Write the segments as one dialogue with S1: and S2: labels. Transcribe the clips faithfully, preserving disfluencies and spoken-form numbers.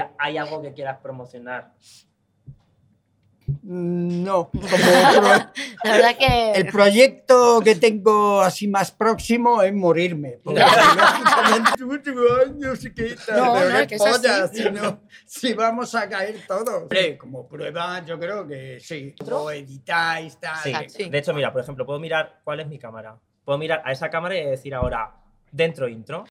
S1: hay algo que quieras promocionar.
S2: No, como pro...
S3: La verdad que...
S2: El proyecto que tengo así más próximo es morirme. Porque lógicamente últimos años y qué tal,
S4: No,
S2: pero
S4: no,
S2: qué
S4: es que es
S2: polla,
S4: así.
S2: si, no, si vamos a caer todos. Hombre, como prueba yo creo que sí. O editáis, tal.
S1: Sí.
S4: Sí.
S1: De hecho, mira, por ejemplo, puedo mirar cuál es mi cámara. Puedo mirar a esa cámara y decir ahora, dentro intro.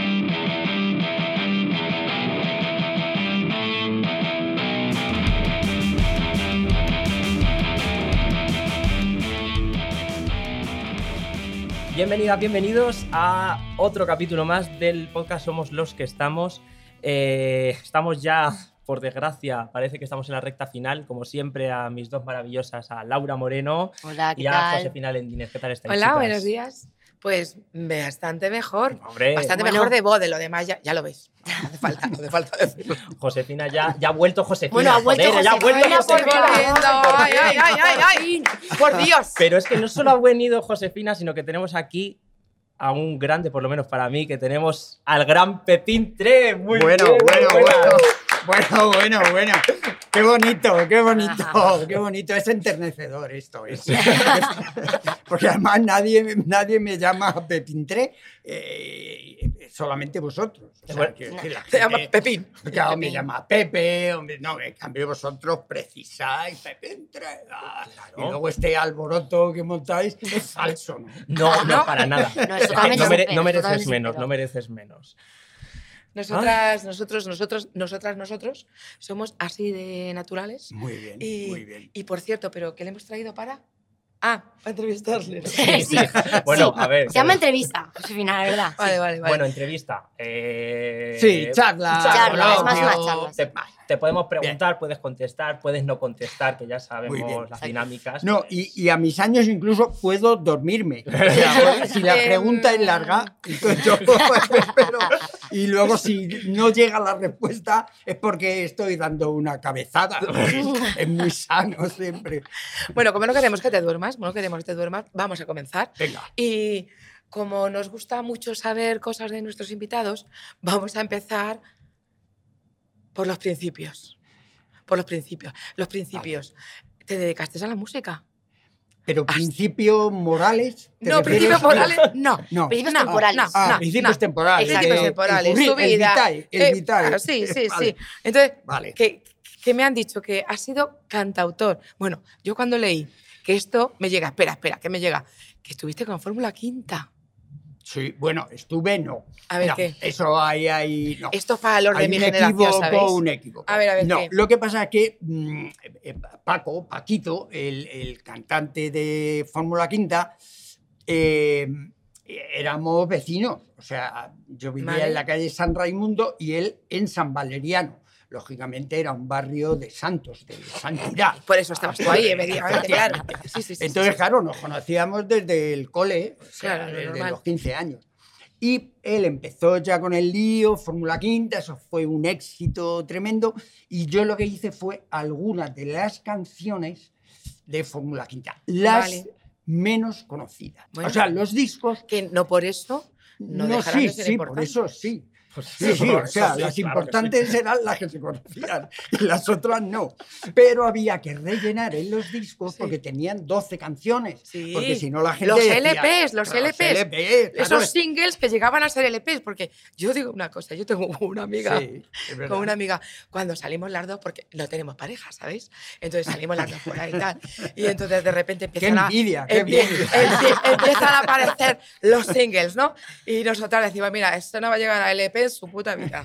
S1: Bienvenidas, bienvenidos a otro capítulo más del podcast Somos los que estamos. Eh, estamos ya, por desgracia, parece que estamos en la recta final. Como siempre, a mis dos maravillosas, a Laura Moreno
S3: Hola, ¿qué
S1: y a
S3: tal?
S1: Josefina Lendínez. ¿Qué tal estáis,
S4: Hola,
S1: chicas?
S4: buenos días. Pues bastante mejor.
S1: Hombre,
S4: Bastante
S3: Bueno.
S4: mejor de voz, de lo demás ya, ya lo veis. No hace falta, no hace falta decirlo.
S1: Josefina ya, ya ha vuelto Josefina.
S3: Bueno, ha vuelto
S1: joder, ya ha vuelto
S3: Josefina, por
S1: Josefina.
S3: favor.
S4: Ay, ay, ay, ay, ay. Por Dios.
S1: Pero es que no solo ha venido Josefina, sino que tenemos aquí a un grande, por lo menos para mí, que tenemos al gran Pepín tres. Muy
S2: Bueno,
S1: bien,
S2: bueno,
S1: muy buena.
S2: bueno, bueno, bueno, bueno. Qué bonito, qué bonito, qué bonito. Es enternecedor esto. Es. Porque además nadie, nadie me llama Pepintré, eh, solamente vosotros. O sea,
S1: Bueno,
S2: quiero decir, la
S4: Se llama
S2: gente-
S4: Pepín.
S2: Claro, me llama Pepe, hombre, no, en cambio vosotros precisáis Pepintré. Ah, Y luego este alboroto que montáis es falso, ¿no?
S1: No, no, para nada.
S3: No, es totalmente
S1: no, mere-
S3: sincero,
S1: no mereces
S3: totalmente
S1: menos,
S3: sincero.
S1: no mereces menos.
S4: Nosotras, nosotros, nosotros, nosotras, nosotros somos así de naturales.
S2: Muy bien,
S4: Y,
S2: muy bien.
S4: y por cierto, ¿pero qué le hemos traído para? Ah, para entrevistarle.
S3: Sí, sí.
S1: Bueno,
S3: Sí.
S1: a ver.
S3: Se llama entrevista, Josefina, la verdad.
S4: Vale,
S3: sí.
S4: vale, vale.
S1: Bueno, entrevista. Eh,
S2: Sí, charla.
S3: Charla,
S1: es más
S3: una
S2: coloquio,
S3: charla, sí.
S1: Te, te podemos preguntar, puedes contestar, puedes no contestar, que ya
S2: Muy bien.
S1: sabemos las dinámicas.
S2: No, y, y a mis años incluso puedo dormirme. O sea, si la pregunta es larga, entonces yo espero. Y luego si no llega la respuesta es porque estoy dando una cabezada. Es muy sano siempre.
S4: Bueno, como no queremos que te duermas, no queremos que te duermas, vamos a comenzar.
S2: Venga.
S4: Y como nos gusta mucho saber cosas de nuestros invitados, vamos a empezar por los principios. Por los principios. Los principios. ¿Te dedicaste a la música?
S2: Pero principios morales. ¿te
S4: No,
S2: refieres?
S4: principios morales, no.
S2: No.
S3: Principios
S4: No,
S3: temporales.
S4: no.
S2: Ah, principios temporales.
S4: Principios
S2: eh,
S4: temporales,
S2: el,
S4: tu
S2: curri- el
S4: vida.
S2: vitae, el
S4: Eh,
S2: vitae.
S4: ah, sí, sí,
S2: Vale,
S4: sí. Entonces,
S2: Vale.
S4: que, que me han dicho que has sido cantautor. Bueno, yo cuando leí que esto me llega, espera, espera, que me llega, que estuviste con Fórmula Quinta.
S2: Sí, bueno, estuve, no.
S4: A ver,
S2: No,
S4: ¿qué?
S2: Eso hay, hay, no.
S4: Esto es para los de
S2: Hay
S4: mi
S2: un
S4: generación,
S2: equívoco,
S4: ¿sabéis?
S2: un equívoco.
S4: A ver, a ver,
S2: No,
S4: ¿qué?
S2: lo que pasa es que mm, eh, Paco, Paquito, el, el cantante de Fórmula Quinta, eh, éramos vecinos. O sea, yo vivía
S4: Vale.
S2: en la calle San Raimundo y él en San Valeriano. Lógicamente era un barrio de santos, de santidad.
S4: Por eso estabas tú ahí, efectivamente, claro. Sí, sí, sí,
S2: Entonces,
S4: sí.
S2: claro, nos conocíamos desde el cole, o sea,
S4: Claro, lo
S2: desde
S4: normal.
S2: los quince años. Y él empezó ya con el lío, Fórmula Quinta, eso fue un éxito tremendo. Y yo lo que hice fue algunas de las canciones de Fórmula Quinta, las
S4: Vale.
S2: menos conocidas.
S4: Bueno.
S2: O sea, los discos.
S4: Que no por eso no,
S2: No,
S4: dejarán
S2: sí,
S4: de ser
S2: sí, por
S4: importantes.
S2: eso sí.
S1: Pues
S2: Sí, sí, o
S1: eso
S2: sea,
S1: sí,
S2: las
S1: claro que
S2: importantes
S1: sí.
S2: eran las que se conocían y las otras no. Pero había que rellenar en los discos
S4: Sí.
S2: porque tenían doce canciones.
S4: Sí.
S2: Porque si no la gente
S4: Los
S2: decía,
S4: L Pes, los
S2: "Claro,
S4: L Pes".
S2: L Pes, claro,
S4: Esos
S2: es-
S4: singles que llegaban a ser L Pes, porque yo digo una cosa, yo tengo una amiga,
S2: Sí, es verdad.
S4: con una amiga, cuando salimos las dos, porque no tenemos pareja, ¿sabéis? Entonces salimos las dos por ahí y tal, y entonces de repente
S2: Qué
S4: empiezan,
S2: envidia,
S4: a,
S2: qué
S4: empie-
S2: envidia.
S4: empie- empiezan a aparecer los singles, ¿no? Y nosotras decimos, mira, esto no va a llegar a L P en su puta vida.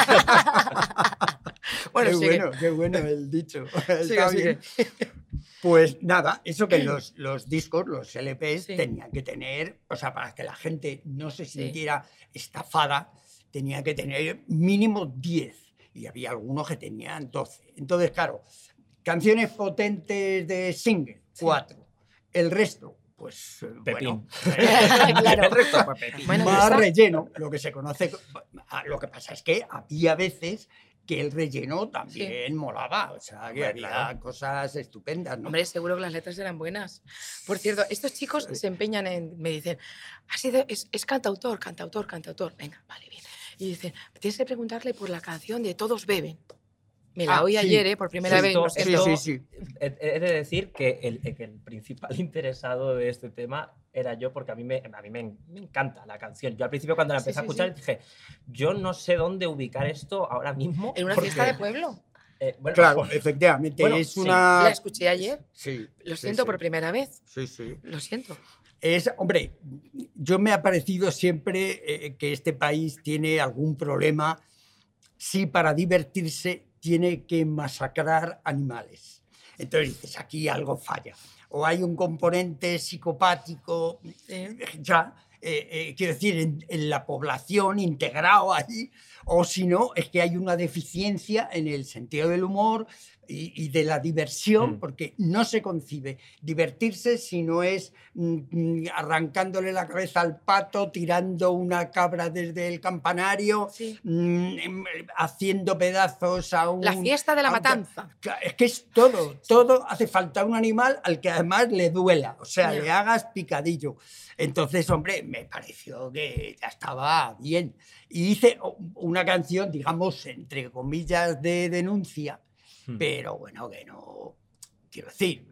S4: Bueno,
S2: qué
S4: sigue.
S2: bueno, qué bueno el dicho.
S4: Sigue,
S2: Está
S4: sigue.
S2: bien. Pues nada, eso que los, los discos, los L Pes,
S4: Sí.
S2: tenían que tener, o sea, para que la gente no se
S4: Sí.
S2: sintiera estafada, tenía que tener mínimo diez. Y había algunos que tenían doce. Entonces, claro, canciones potentes de single, cuatro. El resto, pues, eh,
S1: Pepín.
S2: bueno,
S3: Claro.
S1: El resto fue Pepín.
S4: Bueno,
S2: más
S4: ¿esa?
S2: relleno, lo que se conoce. ah, Lo que pasa es que había veces que el relleno también molaba, o sea, que
S1: Hombre,
S2: había
S1: claro.
S2: cosas estupendas, ¿no?
S4: Hombre, seguro que las letras eran buenas. Por cierto, estos chicos se empeñan en. Me dicen, ha sido, es, es cantautor, cantautor, cantautor. Venga, vale, bien. y dicen, tienes que preguntarle por la canción de Todos beben. Me la
S2: Ah,
S4: oí
S2: sí.
S4: ayer, ¿eh? Por primera
S1: Sí,
S4: vez.
S1: esto-
S4: no sé,
S2: Sí,
S1: esto-
S2: sí, sí.
S1: He he de decir que el, que el principal interesado de este tema era yo, porque a mí me, a mí me, me encanta la canción. Yo al principio cuando la
S4: Sí,
S1: empecé
S4: sí,
S1: a escuchar
S4: sí.
S1: dije, yo no sé dónde ubicar esto ahora mismo.
S4: En una
S1: porque,
S4: fiesta de pueblo.
S1: eh, bueno,
S2: Claro, efectivamente.
S1: Bueno,
S2: es
S1: sí.
S2: una...
S4: La escuché ayer.
S2: Sí.
S4: Lo
S2: sí,
S4: siento
S2: sí.
S4: por primera vez.
S2: Sí, sí.
S4: Lo siento.
S2: Es, hombre, yo me ha parecido siempre eh, que este país tiene algún problema si para divertirse tiene que masacrar animales. Entonces dices, aquí algo falla. O hay un componente psicopático,
S4: Sí.
S2: ya, eh, eh, quiero decir, en, en la población integrado ahí, o si no, es que hay una deficiencia en el sentido del humor y, y de la diversión,
S1: Mm.
S2: porque no se concibe divertirse si no es mm, arrancándole la cabeza al pato, tirando una cabra desde el campanario,
S4: Sí.
S2: mm, em, haciendo pedazos a un...
S4: La fiesta de la
S2: a un-
S4: matanza.
S2: Claro, es que es todo, todo hace falta un animal al que además le duela, o sea,
S4: Ya.
S2: le hagas picadillo. Entonces, hombre, me pareció que ya estaba bien. Y hice una canción, digamos, entre comillas, de denuncia,
S1: Hmm.
S2: pero bueno, que no, quiero decir,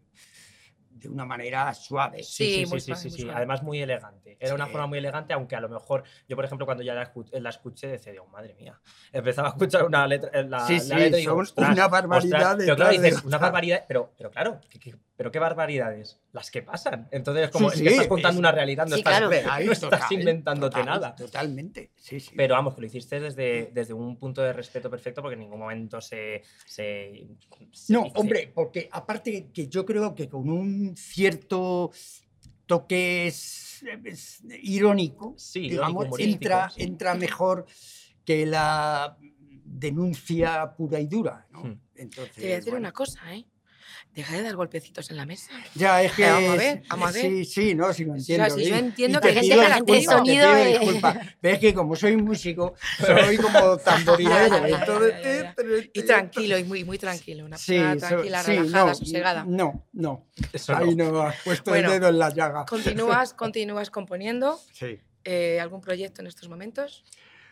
S2: de una manera suave.
S1: Sí,
S4: Sí,
S1: sí,
S4: muy
S1: sí, sí,
S4: suave,
S1: sí,
S4: muy
S1: sí.
S4: suave.
S1: Además muy elegante. Era una
S2: Sí.
S1: forma muy elegante, aunque a lo mejor yo, por ejemplo, cuando ya la, escu- la escuché, decía, digo, madre mía. Empezaba a escuchar una letra, eh, la,
S2: Sí,
S1: la
S2: sí,
S1: letra y digo,
S2: son
S1: ostras,
S2: una barbaridad
S1: ostras. Pero claro,
S2: detrás de
S1: dices, una
S2: otra.
S1: barbaridad, pero, pero claro, ¿qué, qué- pero qué barbaridades, las que pasan. Entonces, como
S2: Sí,
S1: es que
S2: sí,
S1: estás contando
S2: es-
S1: una realidad, no
S3: Sí,
S1: estás,
S3: claro.
S2: Real,
S1: no estás
S2: total,
S1: inventándote
S2: total,
S1: nada.
S2: Totalmente, sí, sí.
S1: Pero vamos, que lo hiciste desde, desde un punto de respeto perfecto, porque en ningún momento se. se- se
S2: No,
S1: dice-
S2: hombre, porque aparte que yo creo que con un cierto toque es- es irónico,
S1: Sí, irónico,
S2: digamos,
S1: humorístico,
S2: entra,
S1: sí.
S2: entra mejor que la denuncia pura y dura, ¿no?
S1: Hmm.
S2: Entonces,
S4: Te voy a decir
S2: bueno.
S4: una cosa, ¿eh? Deja de dar golpecitos en la mesa.
S2: Ya, es que...
S4: Eh, vamos a ver, vamos a ver.
S2: Sí, sí, no, sí lo
S4: O
S2: entiendo.
S4: sea, si yo
S2: y-
S4: entiendo
S2: y
S4: que
S2: te
S4: hay
S2: pido
S4: gente que la
S2: disculpas,
S3: el sonido
S2: te pido
S3: de-
S2: disculpas. Ves que como soy músico, soy como tamborilero.
S4: Ya, ya, ya,
S2: entonces,
S4: ya, ya, ya.
S2: te-
S4: Y tranquilo, y muy, muy tranquilo. Una
S2: Sí,
S4: persona
S2: so-
S4: tranquila,
S2: sí,
S4: relajada,
S2: no,
S4: sosegada.
S2: No, no.
S1: Eso
S2: Ahí
S1: no.
S2: no has puesto
S4: Bueno,
S2: el dedo en la llaga.
S4: Continúas, continúas componiendo.
S2: Sí.
S4: eh, ¿Algún proyecto en estos momentos?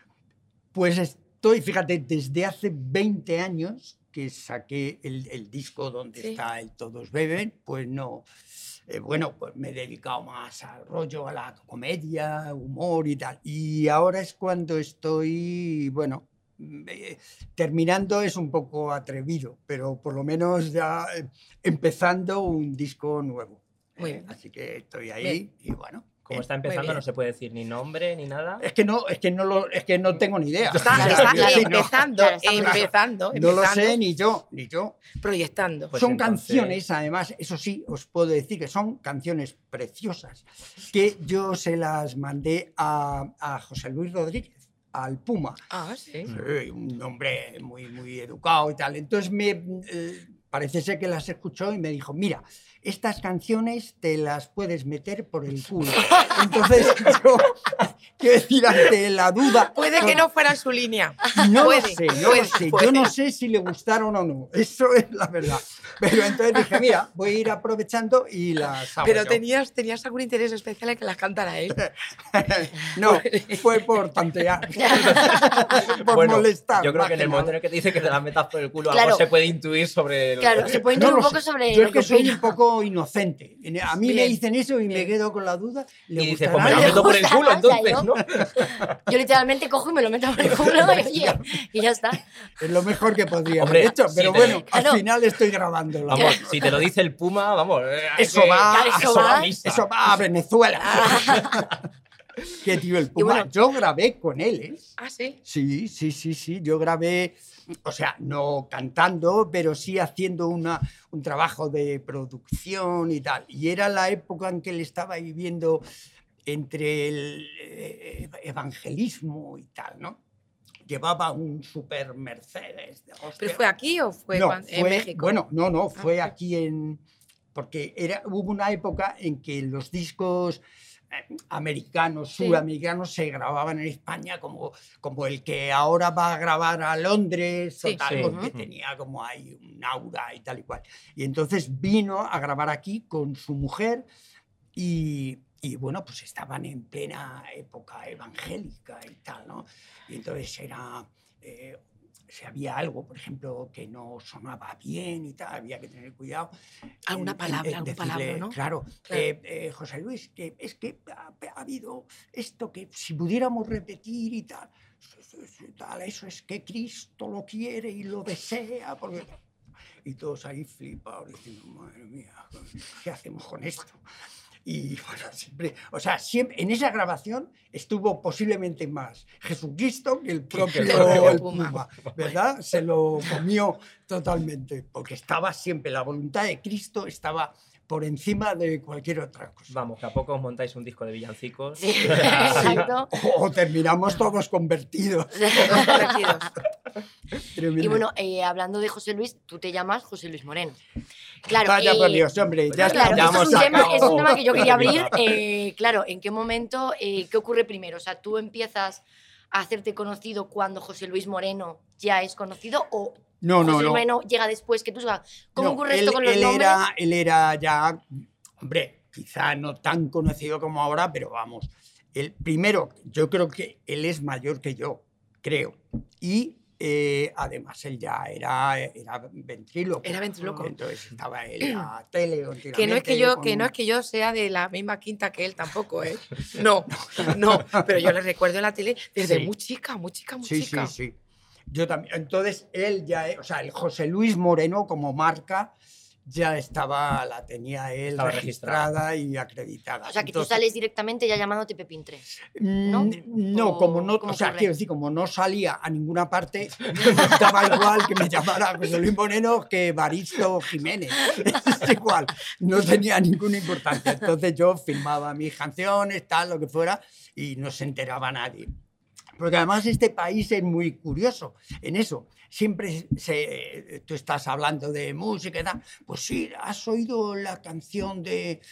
S2: Pues estoy, fíjate, desde hace veinte años que saqué el, el disco donde
S4: Sí.
S2: está el Todos Beben, pues no. Eh, bueno, pues me he dedicado más al rollo, a la comedia, humor y tal. Y ahora es cuando estoy, bueno, eh, terminando es un poco atrevido, pero por lo menos ya eh, empezando un disco nuevo.
S4: Muy
S2: Eh,
S4: bien.
S2: Así que estoy ahí
S4: Bien.
S2: y bueno.
S1: Como
S2: bien.
S1: está empezando,
S4: bien.
S1: no se puede decir ni nombre ni nada.
S2: Es que no, es que no lo, es que no tengo ni idea.
S4: Está,
S2: O sea,
S4: está
S2: quiero decir, no-
S4: empezando,
S3: Claro, está muy
S4: empezando,
S2: No lo
S4: empezando,
S2: sé ni yo, ni yo.
S4: proyectando.
S1: Pues
S2: son
S1: entonces-
S2: canciones, además, eso sí, os puedo decir que son canciones preciosas, que yo se las mandé a, a José Luis Rodríguez, al Puma.
S4: Ah, sí.
S2: Sí, un hombre muy, muy educado y tal. Entonces me eh, parece ser que las escuchó y me dijo, mira, estas canciones te las puedes meter por el culo. Entonces yo, quiero decir, ante la duda...
S4: Puede que no fuera en su línea.
S2: No
S4: Puede,
S2: lo sé, no
S4: puede,
S2: lo sé.
S4: puede.
S2: Yo no sé si le gustaron o no. Eso es la verdad. Pero entonces dije, mira, voy a ir aprovechando y las hago
S4: Pero
S2: yo.
S4: tenías, tenías algún interés especial en que las cantara él.
S2: No, fue por tantear. por
S1: Bueno,
S2: molestar.
S1: yo creo
S2: más
S1: que en el
S2: nada.
S1: momento en el que te dice que te la metas por el culo,
S3: Claro.
S1: algo se puede intuir sobre. el-
S3: Claro, se puede
S2: No
S3: intuir
S2: lo
S3: un poco
S2: sé.
S3: sobre
S2: Yo
S3: lo
S2: es que soy
S3: opina.
S2: un poco inocente. A mí me
S4: Bien,
S2: dicen eso y me
S4: bien.
S2: quedo con la duda. ¿Le
S1: Y dice,
S2: gustará?
S1: pues me la
S3: ¿Le
S1: meto por el
S3: gusta
S1: culo
S3: más, ya,
S1: entonces,
S3: yo?
S1: ¿no?
S3: Yo literalmente cojo y me lo meto por el culo y, oye, y ya está.
S2: Es lo mejor que podría
S1: Hombre,
S2: haber hecho.
S1: sí,
S2: Pero
S1: te-
S2: bueno,
S3: Claro.
S2: al final estoy grabándolo.
S1: Vamos, si te lo dice el Puma, vamos. eh, hay
S2: Eso
S1: que-
S2: va,
S3: Claro, eso
S1: eso
S3: va.
S1: va a misa.
S2: Eso va a Venezuela. Qué tío el Puma.
S3: bueno-
S2: Yo grabé con él, ¿eh?
S4: Ah, sí.
S2: Sí, sí, sí, sí. Yo grabé, o sea, no cantando, pero sí haciendo una, un trabajo de producción y tal. Y era la época en que él estaba viviendo entre el eh, evangelismo y tal, ¿no? Llevaba un super Mercedes. De hostia.
S4: ¿Pero fue aquí o fue
S2: No,
S4: cuan- en
S2: fue-
S4: México?
S2: Bueno, no, no, fue
S4: Ah.
S2: aquí en... Porque era, hubo una época en que los discos eh, americanos,
S4: Sí.
S2: suramericanos, se grababan en España como, como el que ahora va a grabar a Londres,
S4: Sí,
S2: o tal,
S1: sí.
S2: porque
S1: Ujú.
S2: tenía como ahí un aura y tal y cual. Y entonces vino a grabar aquí con su mujer y, y bueno, pues estaban en plena época evangélica y tal, ¿no? Y entonces era... Eh, si había algo, por ejemplo, que no sonaba bien y tal, había que tener cuidado.
S4: Alguna
S2: en-
S4: palabra,
S2: en- en
S4: algún
S2: decirle,
S4: palabra, ¿no?
S2: Claro,
S4: Claro.
S2: eh, eh, José Luis, que es que ha, ha habido esto que si pudiéramos repetir y tal, tal, eso es que Cristo lo quiere y lo desea, porque... Y todos ahí flipados, diciendo, madre mía, ¿qué hacemos con esto? Y bueno, siempre, o sea, siempre, en esa grabación estuvo posiblemente más Jesucristo que el propio
S1: Que el propio
S2: el
S4: Puma.
S2: Puma, ¿verdad? Se lo comió totalmente, porque estaba siempre, la voluntad de Cristo estaba por encima de cualquier otra cosa.
S1: Vamos, que a poco os montáis un disco de villancicos.
S3: Sí, exacto.
S2: O, o terminamos todos convertidos.
S4: Convertidos.
S2: Tremendo.
S3: Y bueno, eh, hablando de José Luis, tú te llamas José Luis Moreno. Claro,
S2: Vaya
S3: eh,
S2: por Dios, hombre, ya
S3: Claro,
S1: Ya
S2: estamos.
S3: esto es, un
S1: hemos
S3: tema,
S1: sacado-
S3: es un tema que yo quería abrir. eh, claro, ¿en qué momento, eh, qué ocurre primero? O sea, ¿tú empiezas a hacerte conocido cuando José Luis Moreno ya es conocido o
S2: No, no,
S3: José Luis
S2: no.
S3: Moreno llega después que tú? ¿Cómo
S2: No,
S3: ocurre
S2: él,
S3: esto con los
S2: él
S3: nombres?
S2: Era, él era ya, hombre, quizá no tan conocido como ahora, pero vamos. El primero, yo creo que él es mayor que yo, creo. Y eh, además él ya era, era ventríloco.
S4: Era ventríloco.
S2: Entonces estaba en la tele continuamente.
S4: Que no es que yo,
S2: con
S4: que
S2: un-
S4: no es que yo sea de la misma quinta que él tampoco, ¿eh? No, no, pero yo le recuerdo en la tele desde
S2: Sí.
S4: muy chica, muy chica, muy
S2: Sí,
S4: chica.
S2: sí, sí. Yo también. Entonces él ya, o sea, el José Luis Moreno como marca ya estaba, la tenía él
S1: Estaba
S2: registrada,
S1: registrada.
S2: y acreditada.
S3: O sea, que tú
S2: Entonces,
S3: sales directamente ya llamándote Pepín tres. ¿no?
S2: Mm, No,
S3: ¿O
S2: como no,
S3: cómo
S2: o sea,
S3: ocurre?
S2: quiero decir, como no salía a ninguna parte, me daba igual que me llamara José Luis Moreno que Baristo Jiménez. Es igual, no tenía ninguna importancia. Entonces yo filmaba mis canciones, tal, lo que fuera, y no se enteraba nadie. Porque además este país es muy curioso en eso. Siempre se, tú estás hablando de música y tal, pues sí, has oído la canción de,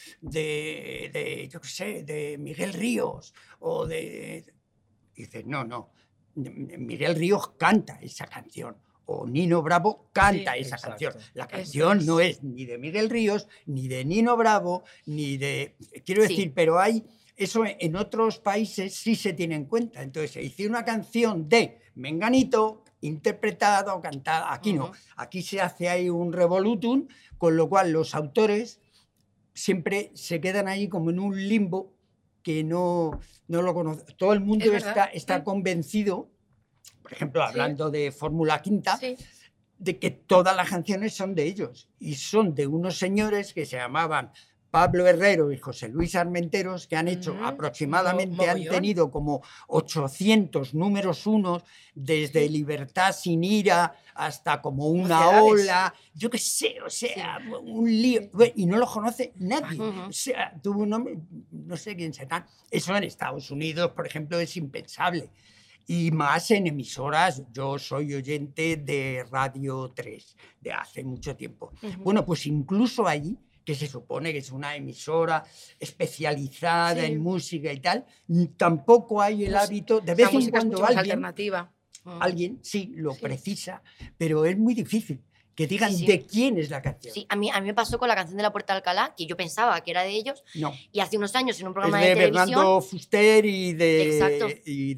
S2: de, de yo qué sé, de Miguel Ríos o de... Y dices, no, no, Miguel Ríos canta esa canción. O Nino Bravo canta
S4: Sí,
S2: esa
S1: exacto.
S2: canción. La
S4: Eso
S2: canción
S4: es.
S2: no es ni de Miguel Ríos, ni de Nino Bravo, ni de... Quiero
S3: Sí.
S2: decir, pero hay... Eso en otros países sí se tiene en cuenta. Entonces se hizo una canción de Menganito, interpretada o cantada. Aquí no.
S3: Ujú.
S2: Aquí se hace ahí un revolutum, con lo cual los autores siempre se quedan ahí como en un limbo que no, no lo conocen. Todo el mundo
S4: Es verdad,
S2: está, está
S4: sí.
S2: convencido, por ejemplo, hablando de Fórmula Quinta,
S4: Sí.
S2: de que todas las canciones son de ellos. Y son de unos señores que se llamaban Pablo Herrero y José Luis Armenteros, que han hecho
S4: Ujú,
S2: aproximadamente,
S4: mo-
S2: han
S4: mogollón.
S2: tenido como ochocientos números unos, desde
S4: Sí.
S2: Libertad sin ira hasta como una
S4: Mocedades.
S2: ola, yo qué sé, o sea, un lío. Y no lo conoce nadie.
S3: Ujú.
S2: O sea, tuvo un nombre, no sé quién será. Eso en Estados Unidos, por ejemplo, es impensable. Y más en emisoras, yo soy oyente de Radio tres de hace mucho tiempo.
S3: Ujú.
S2: Bueno, pues incluso allí, que se supone que es una emisora especializada
S4: Sí.
S2: en música y tal, tampoco hay el
S4: Mus-
S2: hábito, de
S4: La
S2: vez en
S4: música es
S2: cuando
S4: mucho más
S2: alguien,
S4: alternativa.
S3: Ujú.
S2: alguien sí lo
S4: Sí.
S2: precisa, pero es muy difícil que digan
S3: Sí, sí.
S2: de quién es la canción.
S3: Sí, a mí, a mí me pasó con la canción de La Puerta de Alcalá, que yo pensaba que era de ellos,
S2: No.
S3: y hace unos años en un
S2: Es
S3: programa
S2: de
S3: de, televisión...
S2: Bernardo Fuster y de.
S3: Exacto.
S2: Y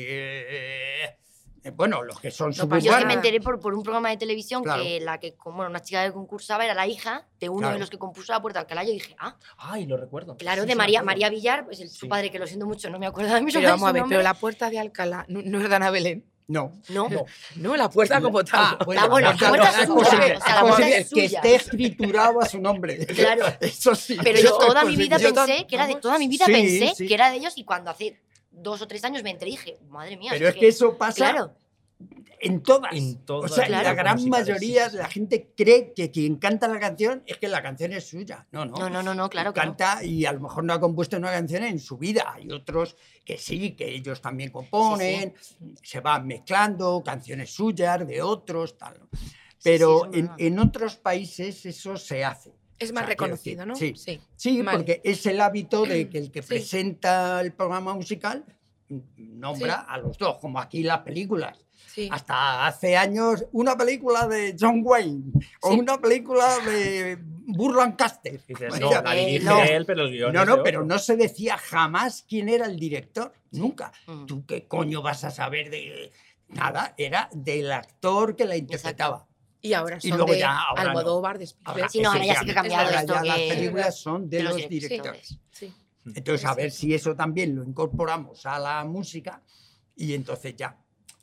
S2: de eh, eh, bueno, los que son
S4: No pasa
S3: Yo es que
S2: suburbanos.
S3: me enteré por, por un programa de televisión
S2: Claro.
S3: que la que, como bueno, una chica que concursaba era la hija de uno
S2: Claro.
S3: de los que compuso La Puerta de Alcalá. Yo dije, ah,
S1: Ay, lo recuerdo.
S3: claro,
S1: Sí,
S3: de
S1: sí, me
S3: María,
S1: acuerdo.
S3: María Villar, pues el, su
S1: Sí.
S3: padre, que lo siento mucho, no me acuerdo de mi
S4: Pero vamos a ver, pero la puerta de Alcalá no, no es de Ana Belén.
S2: No.
S3: No,
S1: No.
S4: No, la puerta como tal.
S2: Ah,
S3: Ah, bueno,
S2: la
S3: la puerta es
S2: es
S3: suya,
S2: posible,
S3: o sea, la
S2: es
S3: puerta
S2: posible
S3: es
S2: que
S3: suya.
S2: esté escriturado a su nombre.
S3: Claro.
S2: Eso sí.
S3: pero
S2: eso
S3: yo
S2: es
S3: toda mi
S2: posible.
S3: vida
S4: Yo
S3: pensé
S4: tam-
S3: que era de
S4: vamos.
S3: toda mi vida
S2: Sí,
S3: pensé
S2: sí.
S3: que era de ellos, y cuando hace dos o tres años me enteré dije, madre mía,
S2: Pero es que eso pasa
S3: claro,
S2: en todas.
S1: En todas
S2: o sea,
S3: las
S2: la gran
S1: musicales,
S2: mayoría
S1: sí, sí,
S2: de la
S1: sí.
S2: gente cree que quien canta la canción es que la canción es suya. No, no.
S3: no, no, no, no, claro, claro.
S2: Canta y a lo mejor no ha compuesto una canción en su vida. Hay otros que sí, que ellos también componen, se van mezclando canciones suyas de otros, tal. ¿no? Pero
S3: sí, es
S2: en,
S3: verdad.
S2: en otros países eso se hace.
S4: Es
S2: O
S4: más
S2: sea, quiero
S4: reconocido,
S2: decir,
S4: ¿no?
S2: Sí, sí,
S4: Vale.
S2: porque es el hábito de que el que
S4: Sí.
S2: presenta el programa musical nombra
S4: Sí.
S2: a los dos, como aquí las películas.
S4: Sí.
S2: Hasta hace años, una película de John Wayne o
S4: Sí.
S2: una película de Burt Lancaster.
S1: Dices,
S2: O
S1: no,
S2: sea,
S1: la
S3: eh,
S1: dirige
S3: no.
S1: él, pero los guiones
S2: no, no,
S1: de
S2: pero
S1: otro.
S2: no se decía jamás quién era el director, nunca.
S3: Mm.
S2: ¿Tú qué coño vas a saber de nada? Era del actor que la interpretaba.
S4: Y ahora
S2: Y
S4: son
S2: luego
S4: de
S2: ya, ahora no.
S4: Almodóvar, de
S2: Ahora,
S4: Spielberg.
S3: Sí, no, ahora ya sí que ha cambiado
S2: ahora
S3: esto
S2: ya las
S3: que-
S2: películas son de,
S3: de los
S2: los directores.
S3: directores.
S4: Sí.
S2: Entonces,
S4: Sí,
S2: a ver
S4: sí.
S2: si eso también lo incorporamos a la música y entonces ya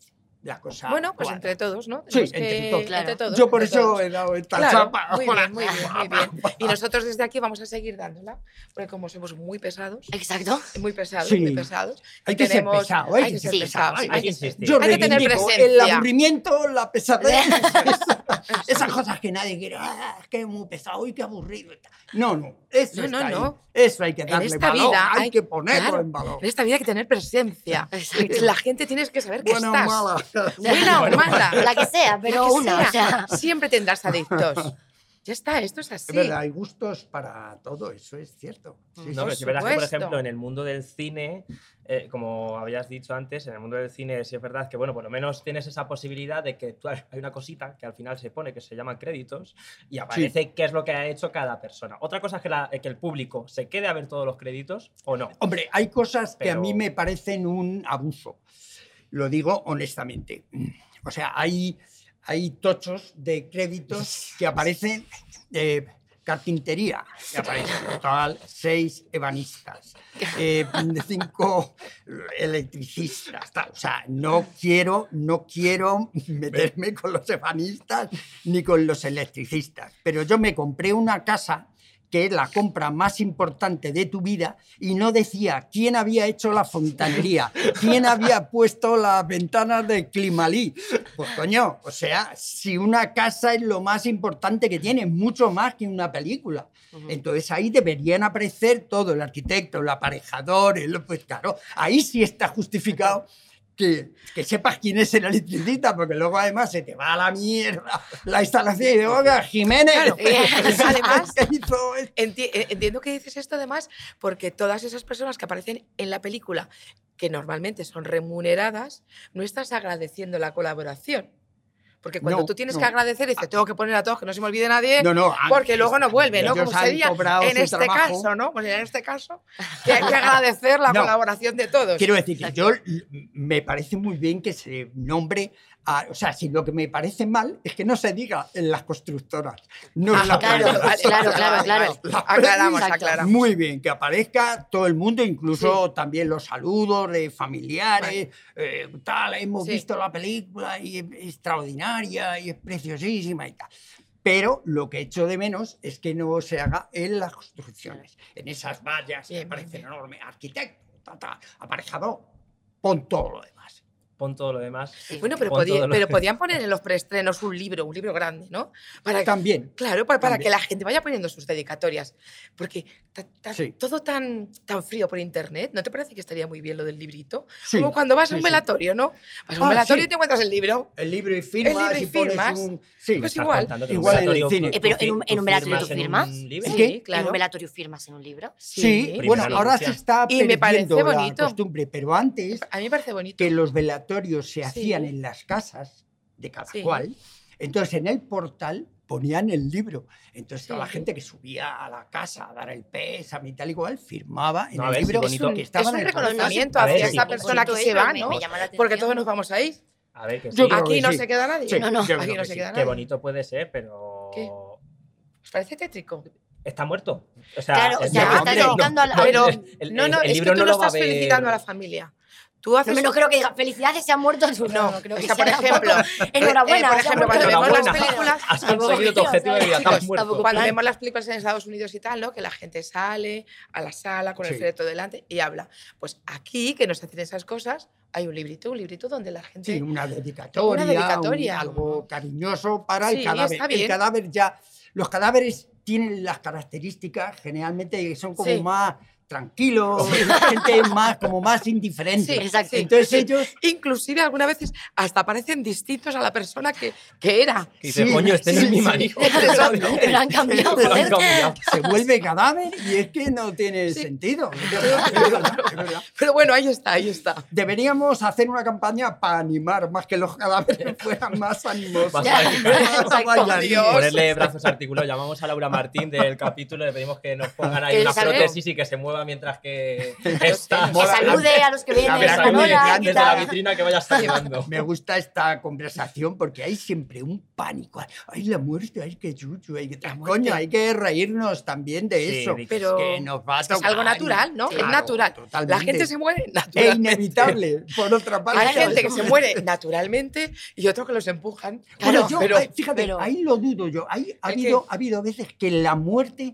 S2: la cosa.
S4: Bueno, pues
S2: cuadra.
S4: entre todos, ¿no?
S2: Sí,
S4: Tenemos
S2: entre
S4: que-
S2: todos.
S3: Claro.
S4: todos,
S2: Yo por
S4: entre
S2: eso
S4: todos.
S2: he dado esta
S4: Claro,
S2: chapa.
S4: muy bien, muy bien, muy bien. Y nosotros desde aquí vamos a seguir dándola, porque como somos muy pesados,
S3: Exacto.
S4: muy pesados,
S2: Sí.
S4: muy pesados.
S2: Hay
S4: y
S2: que ser
S4: tenemos-
S2: pesado, hay
S4: hay
S2: que
S4: que
S2: ser
S4: ser
S2: pesado,
S4: pesados.
S1: hay
S4: hay
S1: que
S4: que ser-
S1: insistir.
S2: Yo
S4: hay que tener
S2: reivindico el
S4: presencia.
S2: aburrimiento, la pesadez, esas, esas cosas que nadie quiere. Ah, es que es muy pesado y qué aburrido. No, no, eso
S4: No, no,
S2: está ahí.
S4: no.
S2: Eso hay que
S4: En
S2: darle
S4: esta
S2: valor,
S4: vida
S2: hay,
S4: hay-
S2: que ponerlo
S4: claro,
S2: en valor.
S4: En esta vida hay que tener presencia.
S3: Exacto.
S4: La gente tienes que saber que
S2: Buena o
S4: estás.
S2: mala.
S4: Buena o mala.
S3: La que sea, pero
S4: La que
S3: una. O
S4: sea.
S3: sea,
S4: Siempre tendrás adictos. Ya está, esto es así.
S2: Es verdad, hay gustos para todo, eso es cierto. Sí,
S1: No,
S2: sí,
S1: pero
S4: Por
S1: si verás que, por
S4: supuesto.
S1: ejemplo, en el mundo del cine, eh, como habías dicho antes, en el mundo del cine sí es verdad que, bueno, por lo menos tienes esa posibilidad de que tú, hay una cosita que al final se pone que se llama créditos y aparece qué es lo que ha hecho cada persona. Otra cosa es que, la- que el público se quede a ver todos los créditos o no.
S2: Hombre, hay cosas que a
S1: Pero-
S2: mí me parecen un abuso. Lo digo honestamente. O sea, hay, hay tochos de créditos que aparecen eh, carpintería, que aparecen total seis ebanistas, eh, cinco electricistas. Tal. O sea, no quiero, no quiero meterme con los ebanistas ni con los electricistas. Pero yo me compré una casa que es la compra más importante de tu vida, y no decía quién había hecho la fontanería, quién había puesto las ventanas de Climalí. Pues coño, o sea, si una casa es lo más importante que tiene, mucho más que una película. Entonces ahí deberían aparecer todo, el arquitecto, el aparejador, el, pues claro, ahí sí está justificado que, que sepas quién es el electricista, porque luego además se te va a la mierda la instalación y de oiga, Jiménez,
S4: Claro. Además,
S2: ¿qué hizo esto?
S4: Enti- eh, entiendo que dices esto además porque todas esas personas que aparecen en la película, que normalmente son remuneradas, no estás agradeciendo la colaboración. Porque cuando
S2: No,
S4: tú tienes
S2: no.
S4: que agradecer, dices, tengo que poner a todos, que no se me olvide nadie,
S2: No, no,
S4: porque luego no vuelve, ¿no?
S2: ellos
S4: Como
S2: han
S4: sería
S2: cobrado
S4: en
S2: su
S4: este
S2: trabajo.
S4: caso, ¿no? Pues en este caso, que hay que agradecer la
S2: No.
S4: colaboración de todos.
S2: Quiero decir que yo l- me parece muy bien que se nombre a, o sea, si lo que me parece mal es que no se diga en las constructoras, no en
S4: Ah,
S2: las
S3: claro,
S2: películas.
S3: claro, claro, claro.
S2: Las
S4: Aclaramos,
S3: Exacto.
S4: aclaramos.
S2: Muy bien, que aparezca todo el mundo, incluso también los saludos de familiares, eh, tal, hemos
S4: Sí.
S2: visto la película y es extraordinaria y es preciosísima y tal. Pero lo que echo de menos es que no se haga en las construcciones, en esas vallas que
S4: Bien,
S2: parecen
S4: bien, bien.
S2: enormes, arquitecto, ta, ta, aparejador, pon todo lo demás.
S1: Pon todo lo demás.
S4: Bueno, pero,
S1: Pon
S4: podía-
S1: todo lo-
S4: pero podían poner en los preestrenos un libro, un libro grande, ¿no? Para,
S2: También.
S4: claro, para, para
S2: También.
S4: que la gente vaya poniendo sus dedicatorias. Porque ta- ta-
S2: Sí.
S4: todo tan, tan frío por internet, ¿no te parece que estaría muy bien lo del librito?
S2: Sí,
S4: Como cuando vas a
S2: sí,
S4: un
S2: sí.
S4: velatorio, ¿no? Vas a un
S2: Ah,
S4: velatorio
S2: sí.
S4: y te encuentras el libro.
S2: El libro y firmas,
S4: El libro y
S2: y pones
S4: firmas.
S2: un... Sí,
S4: Pues
S1: Estás
S4: igual.
S1: contando que en un
S2: Igual en el
S1: velatorio
S2: cine.
S1: tú-
S3: Eh, pero
S1: tú
S3: en un-
S1: fi-
S3: en un
S1: tú
S3: velatorio
S1: firmas
S3: tú
S1: en un
S3: firmas.
S1: libro.
S2: ¿El
S4: Sí,
S2: qué?
S4: claro.
S3: ¿En un velatorio firmas en un libro?
S2: Sí,
S1: Primera
S2: bueno, ahora se
S1: evolución.
S2: está
S4: Y me parece
S2: perdiendo la
S4: bonito.
S2: costumbre, pero antes
S4: A mí me parece bonito.
S2: que los velatorios se
S4: Sí.
S2: hacían en las casas de cada
S4: Sí.
S2: cual, entonces en el portal ponían el libro. Entonces toda la
S4: Sí.
S2: gente que subía a la casa a dar el pésame y tal y cual, firmaba en
S1: No, a
S2: el
S1: ver, sí,
S2: libro
S1: bonito.
S2: que estaba
S4: es un
S2: en el portal.
S4: reconocimiento
S1: A ver,
S4: hacia
S1: sí.
S4: esa persona que
S3: Bonito
S4: se
S3: es,
S4: va,
S3: pero
S4: ¿no?
S3: me- me llama la
S4: Porque
S3: atención.
S4: todos nos vamos a ir.
S1: A ver, que sí.
S2: Yo creo
S4: Aquí
S2: que
S4: no
S2: sí.
S4: se queda nadie.
S2: Sí,
S3: No, no.
S2: yo creo
S4: Aquí no
S2: que
S4: se
S2: sí.
S4: queda
S1: Qué
S4: nadie.
S1: bonito puede ser, pero...
S4: ¿Qué? ¿Os parece tétrico?
S1: Está muerto. O sea,
S3: Claro, o
S1: el
S3: sea,
S1: libro-
S3: estás
S2: hombre, no,
S3: dedicando a la...
S2: no,
S4: Pero
S1: el- el-
S4: no, no,
S1: el
S4: es
S1: libro
S4: que tú
S1: no
S4: no
S1: lo va a
S4: estás
S1: ver-
S4: felicitando a la familia. Tú
S3: No,
S4: haces
S3: me- no creo que diga felicidades, se ha muerto tú.
S4: No,
S3: no creo
S4: o
S3: que
S4: sea, por
S3: sea
S4: ejemplo,
S3: enhorabuena.
S4: eh, por
S3: se ha
S4: ejemplo,
S3: muerto
S4: cuando
S3: el
S4: vemos las
S3: abuelo.
S4: películas,
S1: Has conseguido tu objetivo de vida,
S3: Chicos,
S1: estás muerto.
S3: tampoco-
S4: cuando
S3: plan.
S4: vemos las películas en Estados Unidos y tal, ¿no? Que la gente sale a la sala con el
S2: Sí.
S4: féretro delante y habla. Pues aquí, que nos hacen esas cosas, hay un librito, un librito donde la gente...
S2: Sí, una dedicatoria,
S4: Una dedicatoria.
S2: un- algo cariñoso para
S4: Sí,
S2: el cadáver.
S4: está
S2: El
S4: bien.
S2: cadáver ya, los cadáveres tienen las características generalmente que son como
S4: Sí.
S2: más tranquilos, la gente más, como más indiferente.
S4: Sí,
S3: exacto.
S2: Entonces ellos...
S4: Inclusive algunas veces hasta parecen distintos a la persona que, que era.
S1: Que dice,
S2: Sí,
S1: coño, este no
S2: sí,
S1: es mi
S2: sí.
S1: marido.
S3: Pero han cambiado,
S1: Lo han
S3: joder.
S1: cambiado.
S2: se vuelve cadáver y es que no tiene
S4: Sí.
S2: sentido. Es verdad, es verdad.
S4: Pero bueno, ahí está, ahí está.
S2: Deberíamos hacer una campaña para animar, más que los cadáveres fueran más animosos.
S1: Más
S3: Ya,
S1: animados.
S3: exacto.
S2: Bailarines.
S4: Dios.
S1: Ponerle brazos articulados. Llamamos a Laura Martín del capítulo, le pedimos que nos pongan ahí
S3: Que
S1: una
S3: salga.
S1: prótesis y que se mueva mientras que está.
S3: Que salude a los que vienen,
S2: Que
S1: Que
S2: salude,
S1: salude
S3: Manora,
S2: grande
S3: ¿qué
S1: desde la
S3: tal?
S1: vitrina que vaya saludando.
S2: Me gusta esta conversación porque hay siempre un pánico. Ay, la muerte, ay, qué chuchu. Ay, qué tal.
S4: La muerte.
S2: Coño, hay que reírnos también de
S1: Sí,
S2: eso.
S1: Ricky.
S4: Pero
S2: que nos va a
S4: es, que es
S2: tocar
S4: algo natural, ¿no?
S2: y-
S4: es
S2: claro,
S4: natural.
S2: totalmente.
S4: La gente se muere
S2: Es
S4: naturalmente.
S2: inevitable, por otra parte.
S4: Hay gente que se muere naturalmente y otros que los empujan.
S2: Bueno,
S3: Claro,
S2: yo,
S4: pero-
S2: ay, fíjate,
S3: pero-
S2: ahí lo dudo yo. Ahí ha
S4: ¿El qué?
S2: habido, ha habido veces que la muerte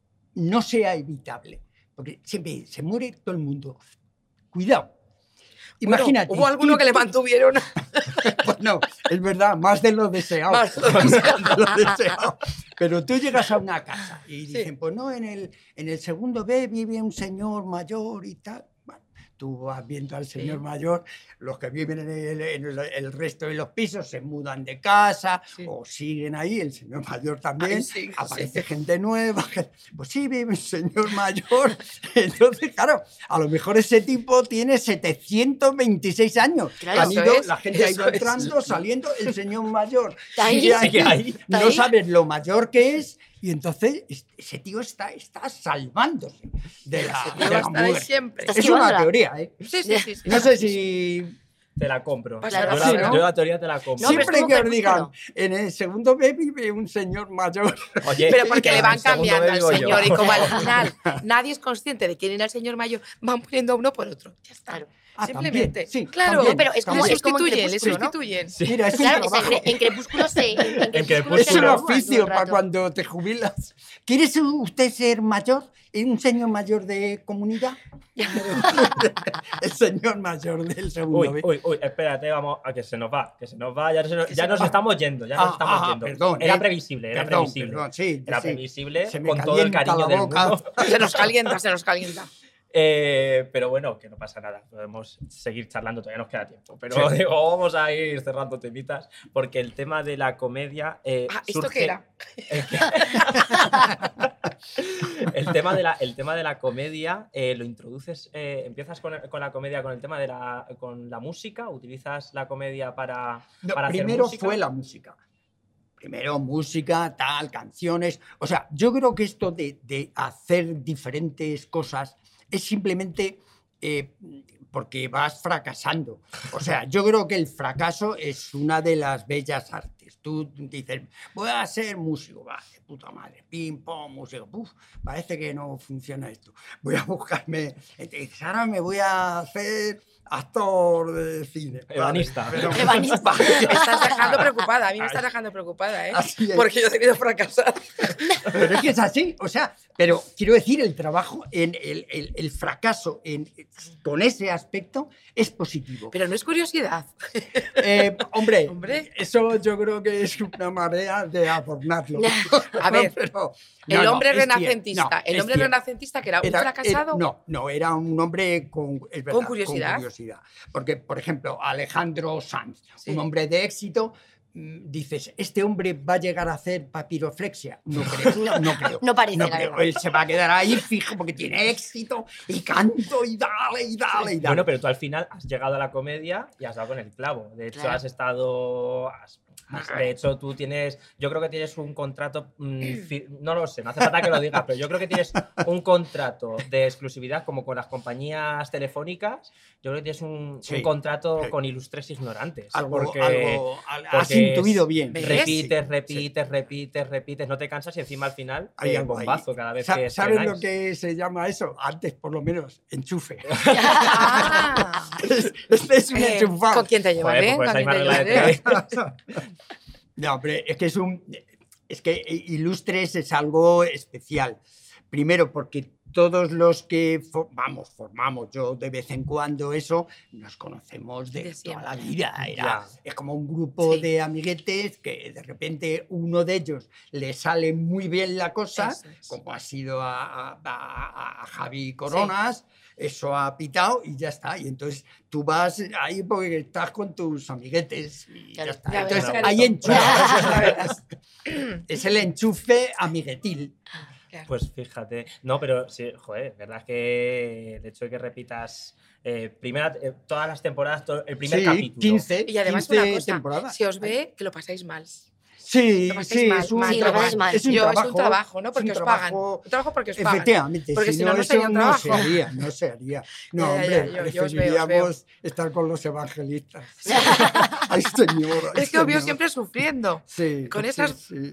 S2: no sea evitable. Porque siempre se muere todo el mundo. Cuidado.
S4: Bueno,
S2: Imagínate.
S4: hubo alguno que le mantuvieron.
S2: Pues no, es verdad, más de lo deseado.
S4: Más de lo deseado.
S2: de lo deseado. Pero tú llegas a una casa y dicen, pues no, en el, en el segundo B vive un señor mayor y tal. Bueno, tú vas viendo al señor
S4: Sí.
S2: mayor, los que viven en el, en el- el resto de los pisos se mudan de casa
S4: Sí.
S2: o siguen ahí, el señor mayor también,
S4: Ahí sigue,
S2: aparece
S4: sí.
S2: gente nueva, que- pues sí, vive un señor mayor. Entonces, claro, a lo mejor ese tipo tiene setecientos veintiséis años.
S3: Claro,
S2: Han
S4: eso
S2: ido-
S4: es,
S2: la gente ha
S4: eso
S2: ido
S4: es.
S2: entrando, saliendo, el señor mayor
S3: Está ahí,
S2: sigue
S1: sigue ahí.
S3: Está
S2: no
S3: ahí.
S2: sabes lo mayor que es y entonces es- ese tío está, está salvándose de la,
S4: Ese tío
S2: de
S4: va a
S2: la
S4: estar ahí
S2: muerte.
S4: siempre.
S3: Estás
S2: Es una
S3: esquivándola.
S2: teoría, ¿eh?
S4: Sí, sí, sí. sí.
S2: No sé si
S1: Te la compro.
S4: Pasa
S1: yo,
S2: así,
S1: la,
S2: ¿no?
S1: yo la teoría te la compro.
S3: No, pero
S2: siempre
S3: es como
S2: que os
S3: Crepúsculo.
S2: digan en el segundo B vive un señor mayor.
S1: Oye,
S4: Pero porque le
S1: en
S4: van
S1: el segundo
S4: cambiando
S1: B
S4: al
S1: vivo yo.
S4: señor y como al final nadie es consciente de quién era el señor mayor, van poniendo a uno por otro. Ya está.
S3: Claro.
S2: Ah,
S4: Simplemente.
S2: también, sí,
S4: claro,
S2: también,
S3: No, pero es como-
S4: le
S2: también.
S3: es como en
S4: sustituyen, le
S3: Crepúsculo, ¿no?
S4: sustituyen.
S1: Sí.
S2: Mira, es un
S3: Claro, es
S2: trabajo.
S3: en, en Crepúsculo se. En, en
S1: En
S3: Crepúsculo
S2: Es
S3: se
S2: un
S3: roban todo el
S2: oficio para
S3: rato.
S2: cuando te jubilas. ¿Quiere ser usted ser mayor? ¿Un señor mayor de comunidad? El señor mayor del segundo
S1: Uy,
S2: B.
S1: uy, uy, espérate, vamos a que se nos va, que se nos va, ya, se nos,
S2: Que
S1: ya
S2: se
S1: nos
S2: nos va.
S1: estamos yendo, ya
S2: Ah,
S1: nos estamos
S2: ah,
S1: yendo.
S2: perdón,
S1: era
S2: eh.
S1: previsible, era
S2: Perdón,
S1: previsible.
S2: perdón, sí,
S1: era
S2: sí.
S1: previsible,
S2: Se me
S1: con todo el
S2: calienta
S1: cariño
S2: la
S1: del
S2: boca.
S1: mundo.
S4: Se nos calienta, se nos calienta.
S1: Eh, pero bueno, que no pasa nada, podemos seguir charlando, todavía nos queda tiempo. Pero
S2: Sí.
S1: digo, vamos a ir cerrando temitas, porque el tema de la comedia. eh,
S4: Ah, ¿esto
S1: surge-
S4: qué era?
S1: el, tema de la, el tema de la comedia eh, lo introduces, eh, empiezas con, con la comedia con el tema de la, con la música, utilizas la comedia para,
S2: No,
S1: para hacer
S2: primero
S1: música.
S2: fue la música. Primero música, tal, canciones. O sea, yo creo que esto de, de hacer diferentes cosas es simplemente eh, porque vas fracasando. O sea, yo creo que el fracaso es una de las bellas artes. Tú dices, voy a ser músico, va, de puta madre, pim, pom, músico. Puf, parece que no funciona esto. Voy a buscarme, entonces, ahora me voy a hacer actor de cine. Vale,
S1: Ebanista.
S2: pero-
S3: Ebanista.
S4: Me estás dejando preocupada, a mí me estás dejando preocupada, ¿eh?
S2: Así es.
S4: Porque yo he tenido fracasar.
S2: Pero es que es así, o sea, pero quiero decir, el trabajo, en el, el- el fracaso en, con ese aspecto es positivo.
S4: Pero no es curiosidad.
S2: Eh, hombre,
S4: Hombre.
S2: eso yo creo que es una manera de adornarlo.
S4: A ver,
S2: Pero-
S4: El
S2: no,
S4: hombre
S2: no, es cier-
S4: renacentista.
S2: no,
S4: el
S2: es
S4: hombre
S2: cierto.
S4: renacentista que era,
S2: Era-
S4: un fracasado.
S2: era- no, no, era un hombre con, es verdad,
S4: curiosidad.
S2: curiosidad. Porque, por ejemplo, Alejandro Sanz,
S4: Sí.
S2: un hombre de éxito, mm, dices, ¿este hombre va a llegar a hacer papiroflexia? No creo, no, creo.
S3: No parece,
S2: No
S3: la
S2: creo.
S3: verdad.
S2: Él se va a quedar ahí fijo porque tiene éxito y canto y dale y dale y dale.
S1: Bueno, pero tú al final has llegado a la comedia y has dado con el clavo. De hecho,
S3: Claro.
S1: has estado. has- has- de hecho, tú tienes. Yo creo que tienes un contrato. mm, fi- no lo sé, no hace falta que lo digas, pero yo creo que tienes un contrato de exclusividad como con las compañías telefónicas. Yo creo que tienes un,
S2: Sí.
S1: un contrato
S2: Sí.
S1: con ilustres ignorantes.
S2: algo,
S1: porque
S2: algo al- has
S1: porque
S2: intuido
S1: es-
S2: bien.
S4: ¿Ves?
S1: repites,
S2: Sí,
S1: repites, repites, repites, no te cansas y encima al final
S2: Hay
S1: eh,
S2: algo ahí.
S1: bombazo cada vez
S2: Sa-
S1: que
S2: ¿Sabes lo
S1: estrenáis.
S2: que se llama eso? Antes, por lo menos, enchufe.
S4: Ah.
S2: Este es un
S4: Eh,
S2: enchufado.
S4: ¿Con quién te llevas
S1: Joder,
S4: bien?
S1: pues
S4: ¿Con
S1: hay
S4: quién
S1: más
S4: te
S1: regla
S4: llevas
S1: de
S4: bien?
S1: tres.
S2: No, hombre, es que es un. Es que ilustres es algo especial. Primero, porque todos los que for- vamos, formamos, yo de vez en cuando eso, nos conocemos de,
S4: De
S2: toda la
S4: siempre.
S2: vida. Era,
S1: Ya.
S2: es como un grupo
S4: Sí.
S2: de amiguetes que de repente uno de ellos le sale muy bien la cosa,
S4: Eso es.
S2: como ha sido a, a- a- a Javi Coronas, eso ha pitado y ya está. Y entonces tú vas ahí porque estás con tus amiguetes y
S3: Claro.
S2: ya está.
S4: Ya ves,
S2: Entonces
S4: Carito.
S2: ahí enchufas. Es el enchufe amiguetil.
S4: Claro.
S1: Pues fíjate. No, pero sí, joder, verdad que el hecho de que repitas eh, primera, eh, todas las temporadas, todo- el primer
S2: Sí,
S1: capítulo.
S2: quince,
S4: Y además
S2: quince
S4: una cosa,
S2: temporadas.
S4: si os ve, que lo pasáis mal.
S2: Sí,
S4: Lo pasáis
S2: sí,
S4: mal,
S2: es un
S4: mal,
S3: Sí, lo
S2: trabajo.
S3: pasáis mal.
S2: Es un
S4: Yo,
S2: trabajo,
S4: es un trabajo, ¿no?
S2: es
S4: Porque
S2: un
S4: os pagan.
S2: trabajo-
S4: Un trabajo porque os pagan.
S2: Efectivamente,
S4: Porque
S2: si
S4: si
S2: no,
S4: no, no
S2: eso
S4: sería un
S2: no se
S4: trabajo.
S2: haría, no se haría. No,
S4: Ya, ya,
S2: hombre,
S4: ya, yo- yo os veo, os veo.
S2: preferiríamos estar con los evangelistas. Ay, señor. ay,
S4: Es que os veo
S2: señor.
S4: siempre sufriendo.
S2: Sí,
S4: con
S2: sí,
S4: esas-
S2: sí.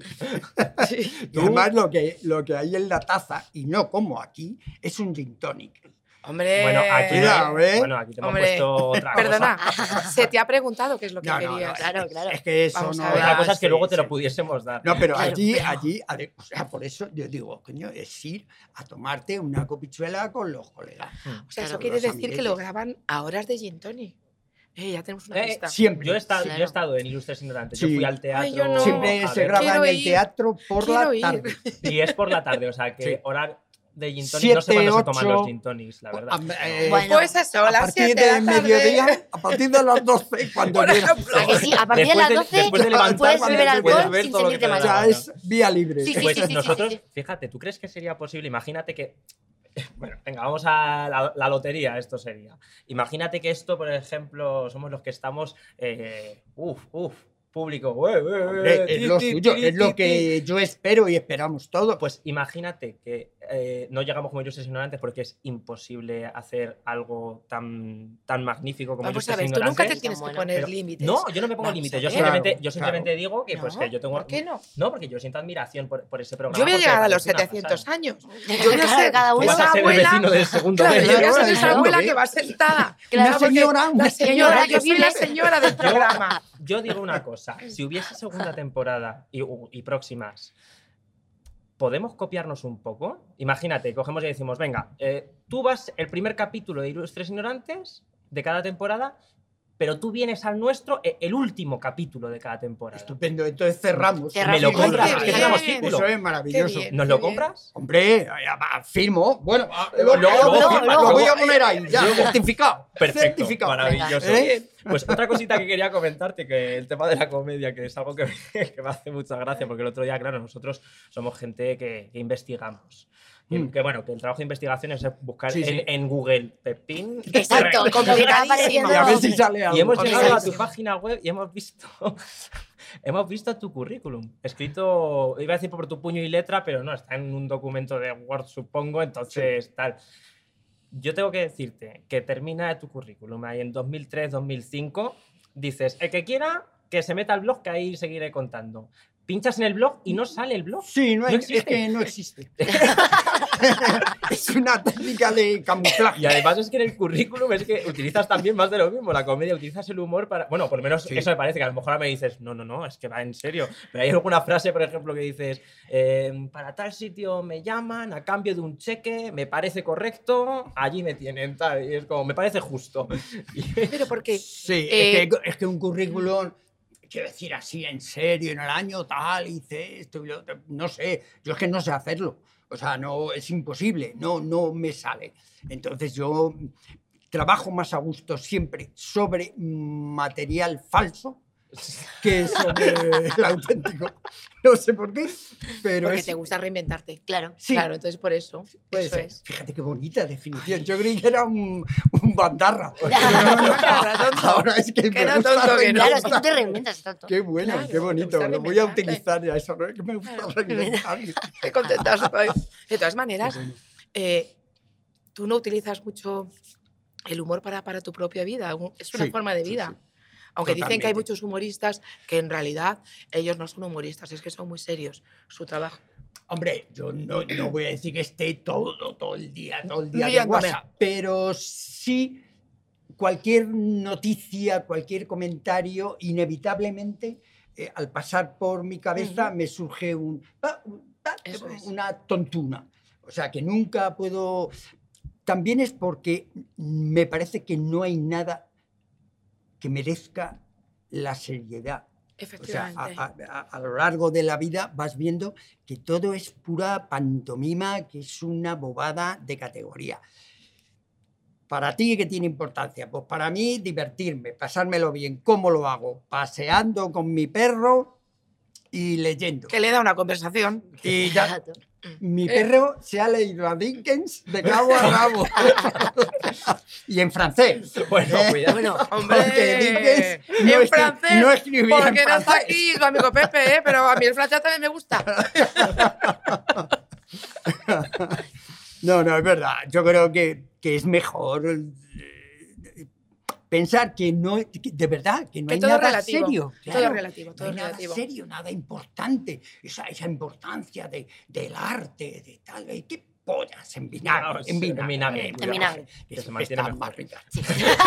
S4: Sí.
S2: Y además lo que, lo que hay en la taza, y no como aquí, es un gin tonic.
S4: Hombre.
S1: Bueno, aquí,
S2: Cuidado, ¿eh?
S1: bueno, aquí te hemos
S4: Hombre,
S1: puesto otra
S4: Perdona,
S1: cosa.
S4: se te ha preguntado qué es lo que
S2: No, no,
S4: querías.
S2: no,
S3: Claro,
S2: es-
S3: claro.
S2: Es que eso
S4: Vamos
S2: no
S4: a ver.
S1: Otra
S2: da-
S1: cosa es que
S2: sí,
S1: luego te
S2: sí.
S1: lo pudiésemos dar.
S2: No, pero
S3: Claro,
S2: allí,
S3: pero-
S2: allí, ade- o sea, por eso yo digo, coño, es ir a tomarte una copichuela con los colegas.
S4: O sea,
S3: Claro,
S4: eso quiere
S2: los
S4: decir que lo
S2: amiguetes.
S4: graban a horas de gin tonic. Eh, ya tenemos una
S1: Eh,
S4: pista.
S2: Siempre.
S1: Yo he estado,
S3: Claro.
S1: yo he estado en Ilustres Ignorantes. Yo
S2: Sí.
S1: fui al teatro.
S4: Ay, yo no.
S2: Siempre
S1: a
S2: se
S1: ver-
S2: graba
S4: Quiero
S2: en el
S4: ir.
S2: teatro por
S4: Quiero
S2: la
S4: ir.
S2: tarde.
S1: Y es por la tarde, o sea que
S2: Sí.
S1: hora de gin tonic. No sé
S2: Siete,
S1: cuándo se toman
S2: ocho.
S1: los gin tonics, la verdad.
S2: Eh,
S3: Bueno,
S4: Pues eso, a
S2: a
S4: las
S2: partir
S4: siete de
S2: del
S4: la tarde.
S2: mediodía, a partir de las doce, cuando
S4: Por
S2: llega,
S4: ejemplo.
S3: ¿A que sí? A partir de
S1: Después
S3: las
S1: de-
S3: doce
S1: después de levantar,
S3: puedes
S2: cuando
S3: beber
S2: te
S3: alcohol
S1: puedes ver
S3: sin
S1: todo lo que
S3: sentirte
S1: te
S3: mal.
S1: da la
S2: ya
S1: gana.
S2: es vía libre.
S3: Sí, sí,
S1: Pues
S3: sí, sí,
S1: nosotros,
S3: sí, sí.
S1: fíjate, ¿tú crees que sería posible? Imagínate que. Bueno, venga, vamos a la, la lotería, esto sería. Imagínate que esto, por ejemplo, somos los que estamos. Eh, uf, uf, público. ué, ué,
S2: Hombre,
S1: ué,
S2: es
S1: ti,
S2: lo
S1: ti,
S2: suyo,
S1: ti,
S2: es lo
S1: ti,
S2: que yo espero y esperamos todos.
S1: Pues imagínate que eh, no llegamos como Ilustres Ignorantes porque es imposible hacer algo tan, tan magnífico como
S4: Vamos
S1: Ilustres
S4: a ver, tú nunca te
S1: Ignorantes.
S4: tienes que
S3: Bueno,
S4: poner
S1: Pero-
S4: límites.
S1: No, yo no me pongo
S4: Vamos
S1: límites.
S4: a
S1: Yo
S4: ver.
S1: simplemente,
S2: Claro,
S1: yo simplemente
S2: claro.
S1: digo que, pues,
S4: No,
S1: que yo tengo.
S4: ¿por qué no?
S1: No, porque yo siento admiración por, por ese programa.
S4: Yo voy a
S1: porque
S4: llegar
S1: me
S4: a los
S1: parece una
S4: setecientos
S1: pasada.
S4: años.
S3: Yo
S4: Yo voy a ser
S3: cada
S1: Tú
S3: uno.
S1: vas a
S4: esa
S1: ser el
S4: abuela.
S1: vecino del segundo
S4: Claro,
S1: B.
S4: yo voy a ser esa
S3: Claro.
S4: abuela que va sentada.
S3: Claro,
S2: Una
S4: porque
S2: señora, una
S4: la señora,
S3: señora
S4: yo
S3: que
S4: soy la
S3: vive-
S4: señora del programa.
S1: Yo digo una cosa, si hubiese segunda temporada y, y próximas, ¿podemos copiarnos un poco? Imagínate, cogemos y decimos, venga, eh, tú vas el primer capítulo de Ilustres Ignorantes de cada temporada, pero tú vienes al nuestro eh, el último capítulo de cada temporada.
S2: Estupendo, entonces cerramos.
S3: Cerramos.
S1: ¿Me lo
S3: Qué
S1: compras?
S4: bien.
S1: Es que tenemos círculo.
S2: Eso es maravilloso.
S4: Qué bien.
S1: ¿Nos lo
S4: Qué bien.
S1: compras?
S2: Hombre, ya va, firmo. Bueno, ah,
S1: Luego-
S2: lo,
S1: luego-
S2: lo-
S1: luego-
S2: lo
S3: luego-
S2: voy a poner ahí, ya, certificado.
S1: Perfecto,
S2: certificado.
S1: maravilloso.
S2: ¿Eh?
S1: Pues otra cosita que quería comentarte, que el tema de la comedia, que es algo que me, que me hace mucha gracia, porque el otro día, claro, nosotros somos gente que, que investigamos. Que,
S2: Mm.
S1: que, bueno, que el trabajo de investigación es buscar
S2: Sí, sí.
S1: en, en Google Pepín.
S3: Exacto,
S4: Complicadísimo.
S3: lo que va apareciendo.
S2: Y a ver si sale algo.
S1: Y hemos llegado a tu
S4: Complicadísimo.
S1: página web y hemos visto hemos visto tu currículum. Escrito, iba a decir por tu puño y letra, pero no, está en un documento de Word, supongo, entonces tal. Yo tengo que decirte que termina tu currículum ahí en dos mil tres dos mil cinco. Dices, el que quiera que se meta al blog, que ahí seguiré contando. Pinchas en el blog y no sale el blog.
S2: Sí, no,
S1: ¿No
S2: hay-
S1: existe?
S2: es que no existe. Es una técnica de camuflaje.
S1: Y además es que en el currículum es que utilizas también más de lo mismo, la comedia, utilizas el humor para... Bueno, por lo menos
S2: Sí.
S1: eso me parece, que a lo mejor ahora me dices, no, no, no, es que va en serio. Pero hay alguna frase, por ejemplo, que dices, eh, para tal sitio me llaman a cambio de un cheque, me parece correcto, allí me tienen, tal. Y es como, me parece justo.
S4: Pero ¿por qué?
S2: Sí,
S4: Eh,
S2: es, que, es que un currículum, quiero decir así, en serio, en el año tal, hice esto y lo otro, no sé, yo es que no sé hacerlo. O sea, no, es imposible, no, no me sale. Entonces yo trabajo más a gusto siempre sobre material falso que sobre el auténtico. No sé por qué, pero
S4: Porque
S2: es...
S4: te gusta reinventarte.
S3: Claro.
S2: Sí.
S4: Claro, entonces por eso.
S2: puede
S4: Eso
S2: ser.
S4: es.
S2: Fíjate qué bonita definición. Yo creí que era un, un bandarra.
S4: Era tonto.
S2: Ahora es que,
S4: Que
S2: me
S4: era
S2: gusta
S4: tonto, que no.
S3: Claro, es que tú
S2: reinventar.
S3: te reinventas tanto.
S2: Qué bueno,
S4: Claro,
S2: qué
S4: te
S2: bonito.
S4: gusta
S2: Lo voy a
S4: reinventarte.
S2: utilizar ya. Eso no es que me gusta
S4: Claro.
S2: reinventar.
S4: Estoy contenta. De todas maneras, eh, tú no utilizas mucho el humor para, para tu propia vida. un- Es una
S2: Sí,
S4: forma de
S2: sí,
S4: vida.
S2: sí.
S4: Aunque dicen que hay
S2: Totalmente.
S4: muchos humoristas que en realidad ellos no son humoristas, es que son muy serios su trabajo.
S2: Hombre, yo no, no voy a decir que esté todo, todo el día, todo el día de
S4: Liándome.
S2: WhatsApp, pero sí cualquier noticia, cualquier comentario, inevitablemente, eh, al pasar por mi cabeza,
S4: Ujú.
S2: me surge un, ah, un- ah,
S4: Eso es.
S2: una tontuna. O sea, que nunca puedo... También es porque me parece que no hay nada que merezca la seriedad. O sea, a, a, a lo largo de la vida vas viendo que todo es pura pantomima, que es una bobada de categoría. ¿Para ti qué tiene importancia? Pues para mí divertirme, pasármelo bien. ¿Cómo lo hago? Paseando con mi perro y leyendo.
S4: Que le da una conversación.
S2: Y ya, mi perro se ha leído a Dickens de cabo a rabo. Y en francés.
S1: Bueno,
S2: ¿Eh?
S1: cuidado.
S3: Bueno,
S4: Hombre,
S2: Porque Dickens no
S4: en
S2: escri-
S4: francés,
S2: no escribía en
S4: porque no está
S2: francés.
S4: aquí su amigo Pepe, ¿eh? Pero a mí el francés también me gusta.
S2: No, no, es verdad. Yo creo que, que es mejor eh, pensar que no, que de verdad, que no
S4: Que
S2: hay
S4: todo
S2: nada
S4: relativo,
S2: serio.
S4: todo
S2: claro.
S4: relativo, todo
S2: no hay nada
S4: relativo.
S2: serio, nada importante. Esa, esa importancia de, del arte, de tal. ¿Y qué pollas en vinagre?
S1: Claro,
S2: en
S1: sí,
S2: vinagre.
S1: en vinagre,
S2: eh,
S3: en
S2: cuidado,
S3: vinagre.
S2: Que
S1: Que
S2: se
S1: se mantiene
S2: están
S1: mejor.
S2: más ricas.
S3: sí.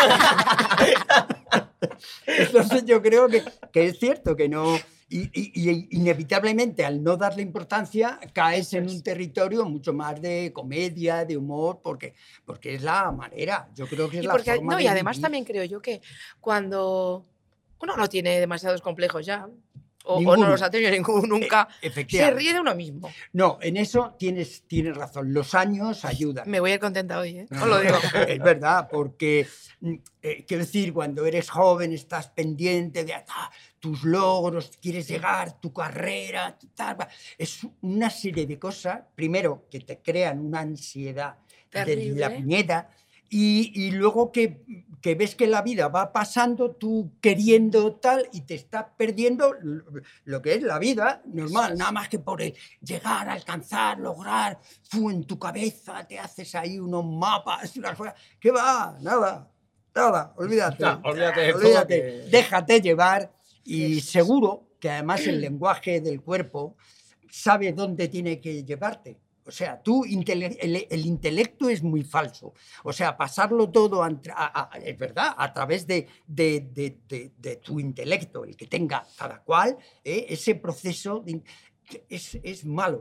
S2: Entonces yo creo que, que es cierto que no... Y, y- y inevitablemente al no darle importancia caes en un territorio mucho más de comedia, de humor, porque, porque es la manera. Yo creo que es
S4: Y,
S2: la
S4: porque,
S2: forma
S4: no,
S2: de
S4: y además
S2: vivir.
S4: también creo yo que cuando uno no tiene demasiados complejos ya, o, o
S2: Ninguno.
S4: no los ha tenido ninguno nunca,
S2: Eh,
S4: se
S2: efectivamente.
S4: ríe de uno mismo.
S2: No, en eso tienes, tienes razón. Los años ayudan.
S4: Me voy a ir contenta hoy, ¿eh?
S2: No,
S4: Os lo digo.
S2: Es verdad, porque mm, eh, quiero decir, cuando eres joven estás pendiente de ah, tus logros, quieres llegar, tu carrera, tu tal, va. Es una serie de cosas, primero, que te crean una ansiedad de
S4: Terrible.
S2: la puñeta, y, y luego que, que ves que la vida va pasando, tú queriendo tal, y te estás perdiendo lo, lo que es la vida normal, nada más que por el llegar, alcanzar, lograr, fu, en tu cabeza te haces ahí unos mapas, unas cosas. ¿Qué va? Nada, nada, olvídate.
S1: No, olvídate de todo
S2: olvídate.
S1: que-
S2: Déjate llevar y
S3: Eso es.
S2: seguro que además el lenguaje del cuerpo sabe dónde tiene que llevarte. O sea, tú, intele- el, el intelecto es muy falso. O sea, pasarlo todo, a, a- a- es verdad, a través de, de, de- de- de tu intelecto, el que tenga cada cual, ¿eh? Ese proceso de in- es, es malo.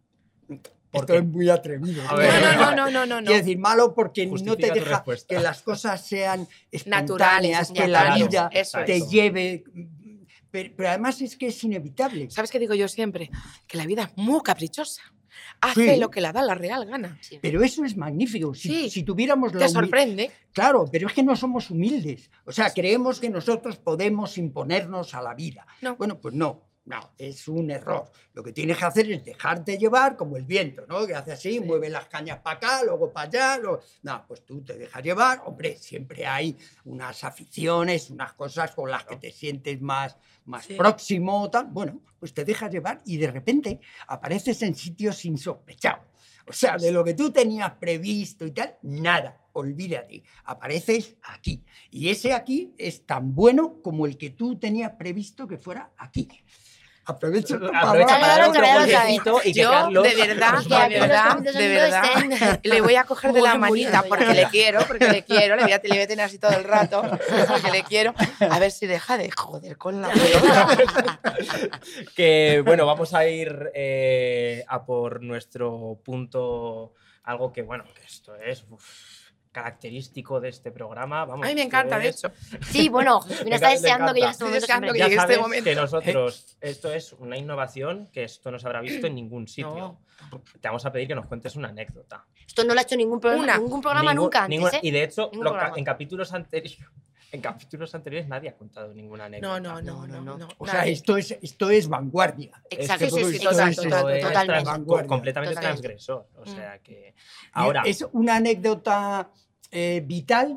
S1: ¿Por
S2: Esto
S1: qué?
S2: es muy atrevido.
S1: A ver.
S4: No, no, no, no, no, no.
S2: Quiero decir, malo porque no
S1: Justifica
S2: te
S1: tu
S2: deja
S1: respuesta.
S2: que las cosas sean
S4: Naturales,
S2: espontáneas, que la
S3: espontáneas,
S2: vida
S4: eso
S2: te
S1: es.
S2: lleve. Pero, pero además es que es inevitable.
S4: ¿Sabes qué digo yo siempre? Que la vida es muy caprichosa. Hace
S2: Sí.
S4: lo que la da la real gana.
S3: Sí.
S2: Pero eso es magnífico. Si,
S4: Sí.
S2: si tuviéramos la
S4: Te
S2: humi-
S4: sorprende.
S2: Claro, pero es que no somos humildes. O sea, creemos que nosotros podemos imponernos a la vida.
S4: No.
S2: Bueno, pues no. No, es un error. Lo que tienes que hacer es dejarte llevar como el viento, ¿no? Que hace así,
S4: Sí.
S2: mueve las cañas para acá, luego para allá. Luego... No, pues tú te dejas llevar. Hombre, siempre hay unas aficiones, unas cosas con las que te sientes más, más
S4: Sí.
S2: próximo, tal. Bueno, pues te dejas llevar y de repente apareces en sitios insospechados. O sea, de lo que tú tenías previsto y tal, nada, olvídate. Apareces aquí. Y ese aquí es tan bueno como el que tú tenías previsto que fuera aquí. Aprovecho tu
S1: Aprovecha
S3: Dale,
S1: para
S3: dale
S1: dar
S3: otra
S1: otro
S3: vez, otra vez.
S1: golpecito y que
S4: Yo,
S1: Carlos
S4: de verdad,
S1: nos
S3: Que
S4: de
S1: vaya.
S3: aquí los
S4: verdad,
S3: capítulos
S4: de
S3: amigos
S4: verdad,
S3: estén
S4: le voy a coger de la
S3: muriendo
S4: manita
S3: ya.
S4: porque le quiero, porque le quiero, le voy a, le voy a tener así todo el rato, porque le quiero. A ver si deja de joder con la pelota.
S1: Que bueno, vamos a ir eh, a por nuestro punto, algo que bueno, que esto es uf, característico de este programa. Vamos,
S4: A mí me
S1: que
S4: encanta, de
S1: es-
S4: hecho.
S3: Sí, bueno, Josefina
S1: Me
S3: está
S1: encanta, me
S3: deseando que llegue
S1: encanta.
S3: este momento.
S4: Estoy deseando
S3: siempre.
S4: que
S1: Ya
S4: llegue este
S1: sabes
S4: momento.
S1: que nosotros, esto es una innovación que esto no se habrá visto en ningún sitio.
S4: No.
S1: Te vamos a pedir que nos cuentes una anécdota.
S3: Esto no lo ha hecho ningún programa,
S4: Una.
S3: ningún programa
S1: Ningún-
S3: nunca antes,
S1: ninguna-
S3: ¿eh?
S1: Y de hecho,
S3: Ningún
S1: lo ca-
S3: programa.
S1: en capítulos anteriores, en capítulos anteriores nadie ha contado ninguna anécdota.
S4: No, no, no, no, no. no.
S2: O sea, esto es, esto es vanguardia.
S3: Exacto.
S1: Esto
S4: Sí, sí, sí,
S1: es-
S4: total,
S1: esto
S4: total,
S1: es
S3: totalmente.
S1: trans-
S2: Vanguardia.
S1: completamente
S3: Totalmente.
S1: transgresor. O sea que.
S2: Y
S1: Ahora,
S2: es una anécdota eh, vital.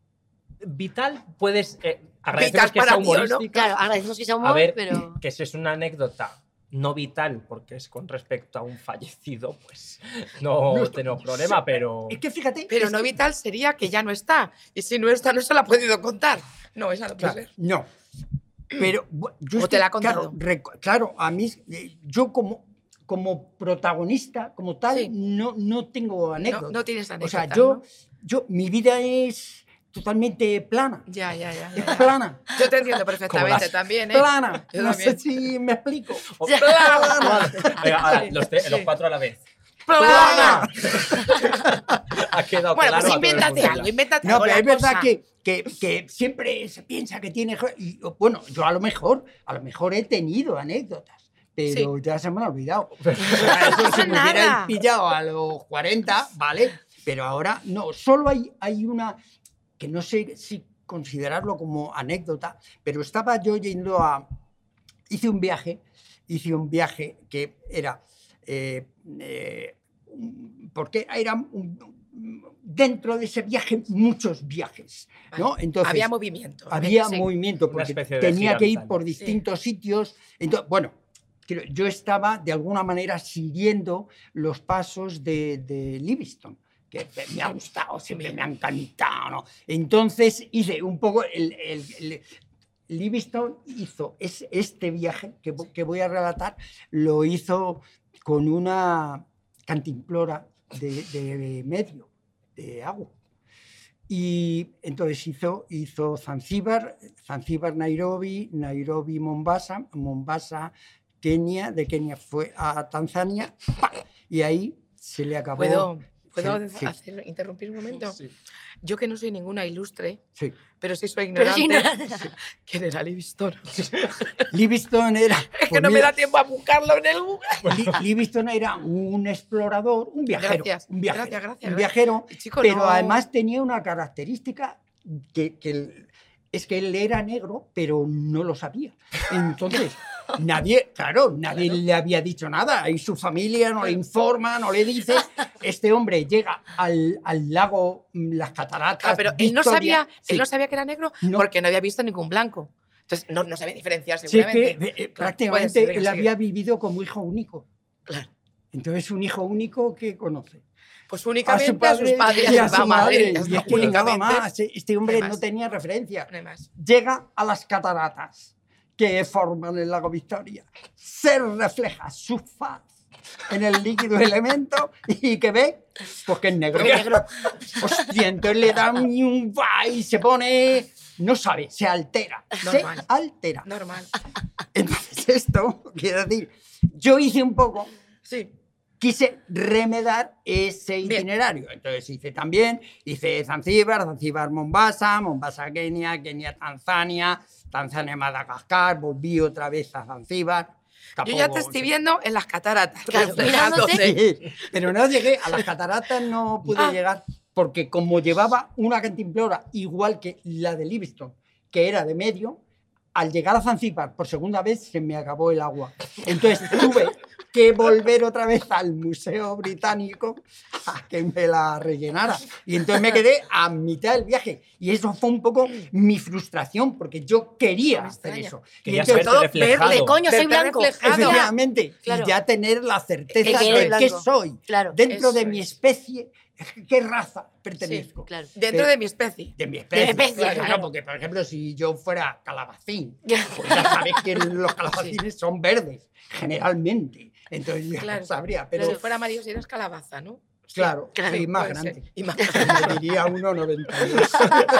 S1: vital, puedes. Eh, agradecemos
S4: Vital
S1: que sea
S4: para ti, ¿o no?
S1: humorística.
S3: Claro, agradecemos que sea humor,
S1: A ver,
S3: pero...
S1: que si es una anécdota no vital, porque es con respecto a un fallecido, pues no,
S2: No,
S1: tenemos problema, pero.
S2: Es que fíjate.
S4: Pero
S2: es
S4: no
S2: que-
S4: vital sería que ya no está. Y si no está, no se la ha podido contar. No, esa no puede
S2: Claro,
S4: ser.
S2: no. Pero bu- yo
S4: ¿O
S2: es
S4: te
S2: que,
S4: la ha contado?
S2: Claro, reco- claro, a mí, eh, yo como, como protagonista, como tal,
S4: Sí.
S2: no, no tengo anécdota.
S4: No, no tienes
S2: O
S4: anécdota.
S2: sea, yo,
S4: ¿no?
S2: yo, mi vida es totalmente plana.
S4: Ya, ya, ya.
S2: Es
S4: ya.
S2: plana.
S4: Yo te entiendo perfectamente
S1: las-
S4: también, ¿eh?
S2: Plana.
S4: Yo
S2: No sé
S4: también.
S2: si me explico.
S1: Oh,
S2: Plana.
S1: Venga, ahora, los, tres-
S4: Sí.
S1: los cuatro a la vez.
S4: ¡Plana!
S1: Ha quedado
S4: Bueno,
S1: claro
S4: pues
S1: a todo el
S4: invéntate
S1: mundo
S4: algo,
S1: ya.
S4: invéntate
S2: No,
S4: algo.
S2: pero
S4: la
S2: es verdad
S4: cosa.
S2: que, que, que siempre se piensa que tiene... y, bueno, yo a lo mejor, a lo mejor he tenido anécdotas, pero ya se me han olvidado. O sea, eso si me
S4: Nada.
S2: hubierais pillado a los cuarenta, ¿vale? Pero ahora no, solo hay, hay una que no sé si considerarlo como anécdota, pero estaba yo yendo a... Hice un viaje, hice un viaje que era... Eh, eh, porque era un, dentro de ese viaje muchos viajes, ¿no?
S4: Vale.
S2: Entonces,
S4: Había movimiento.
S2: había
S4: Sí.
S2: movimiento
S1: Una
S2: porque
S1: especie de
S2: tenía
S1: gira
S2: que ir
S1: vital.
S2: por distintos sitios. Entonces, bueno, creo- yo estaba de alguna manera siguiendo los pasos de, de Livingstone, que me ha gustado, siempre me ha encantado, ¿no? Entonces hice un poco el, el- el- Livingstone hizo es, este viaje que, vo- que voy a relatar, lo hizo con una cantimplora de, de medio, de agua. Y entonces hizo, hizo Zanzíbar, Zanzíbar, Nairobi, Nairobi, Mombasa, Mombasa, Kenia, de Kenia fue a Tanzania, ¡pa! Y ahí se le acabó.
S4: ¿Puedo, ¿puedo
S2: Sí, sí.
S4: hacer, interrumpir un momento?
S1: Sí.
S4: Yo que no soy ninguna ilustre,
S2: Sí.
S4: pero sí soy
S3: Pero
S4: ignorante.
S3: sí, nada.
S4: ¿Quién era Livingstone?
S2: Livingstone era.
S4: Es que
S2: pues
S4: no me
S2: mira,
S4: da tiempo a buscarlo en el Google.
S2: Li- Livingstone era un explorador, un viajero.
S4: Gracias,
S2: un viajero,
S4: gracias, gracias,
S2: un
S4: gracias.
S2: viajero,
S4: Chico,
S2: pero
S4: no-
S2: además tenía una característica que, que el- es que él era negro, pero no lo sabía. Entonces, nadie, claro, nadie
S4: Claro.
S2: le había dicho nada. Y su familia no le informa, no le dice. Este hombre llega al, al lago, mm, las cataratas.
S4: Ah, pero él no,
S2: Victoria.
S4: sabía,
S2: Sí.
S4: él no sabía que era negro
S2: No.
S4: porque no había visto ningún blanco. Entonces no, no sabía diferenciar
S2: Sí, es
S4: seguramente.
S2: que eh,
S4: Claro,
S2: prácticamente
S4: puede ser, venga,
S2: él
S4: sigue.
S2: había vivido como hijo único.
S4: Claro.
S2: Entonces, un hijo único que conoce.
S4: Pues
S2: A
S4: únicamente
S2: su padre,
S4: sus padres
S2: y a
S4: su
S2: su madre.
S4: ya
S2: Y
S4: está,
S2: es que nada
S4: únicamente.
S2: más. Este hombre
S4: No hay
S2: no
S4: más.
S2: tenía referencia.
S4: No hay más.
S2: Llega a las cataratas que forman el lago Victoria. Se refleja su faz en el líquido elemento y que ve, pues que es negro.
S3: Porque negro.
S2: Hostia, entonces le da un, un va y se pone, no sabe, se altera.
S4: Normal.
S2: Se altera.
S4: Normal.
S2: Entonces esto, quiero decir, yo hice un poco,
S4: Sí.
S2: quise remedar ese
S4: Bien.
S2: itinerario. Entonces hice también, hice Zanzíbar, Zanzíbar, Mombasa, Mombasa, Kenia, Kenia, Tanzania, Tanzania, Madagascar, volví otra vez a Zanzíbar.
S4: Yo ya
S2: Tampoco-
S4: te estoy viendo en las cataratas.
S3: Claro,
S4: reflejándose.
S3: mirándote.
S2: Sí, pero no llegué, a las cataratas no pude
S4: Ah.
S2: llegar, porque como llevaba una cantimplora igual que la de Livingstone, que era de medio, al llegar a Zanzíbar por segunda vez se me acabó el agua. Entonces tuve que volver otra vez al Museo Británico a que me la rellenara. Y entonces me quedé a mitad del viaje. Y eso fue un poco mi frustración, porque yo quería
S4: Me
S2: hacer
S4: extraña.
S2: eso. Y
S1: Querías
S2: entonces
S1: verte
S2: todo
S1: reflejado.
S3: De coño, soy
S4: Verte
S3: blanco.
S4: reflejado.
S2: efectivamente,
S3: Claro.
S2: y ya tener la certeza
S3: De que eres
S2: de qué
S3: blanco.
S2: soy,
S3: Claro.
S2: dentro
S4: Eso
S2: de mi
S4: es.
S2: especie, qué raza pertenezco.
S3: Claro.
S4: Dentro
S2: Sí.
S4: de mi especie.
S2: De mi especie.
S3: especie,
S2: claro,
S3: claro.
S2: porque, por ejemplo, si yo fuera calabacín,
S3: Ya.
S2: pues ya sabes que los calabacines son verdes, generalmente. Entonces ya
S4: Claro.
S2: lo sabría,
S4: Pero
S2: pero
S4: si fuera amarillo, serías calabaza, ¿no? Sí,
S2: claro,
S3: claro,
S2: sí, más
S4: puede ser.
S2: grande.
S4: Y más
S2: Me diría uno noventa y dos.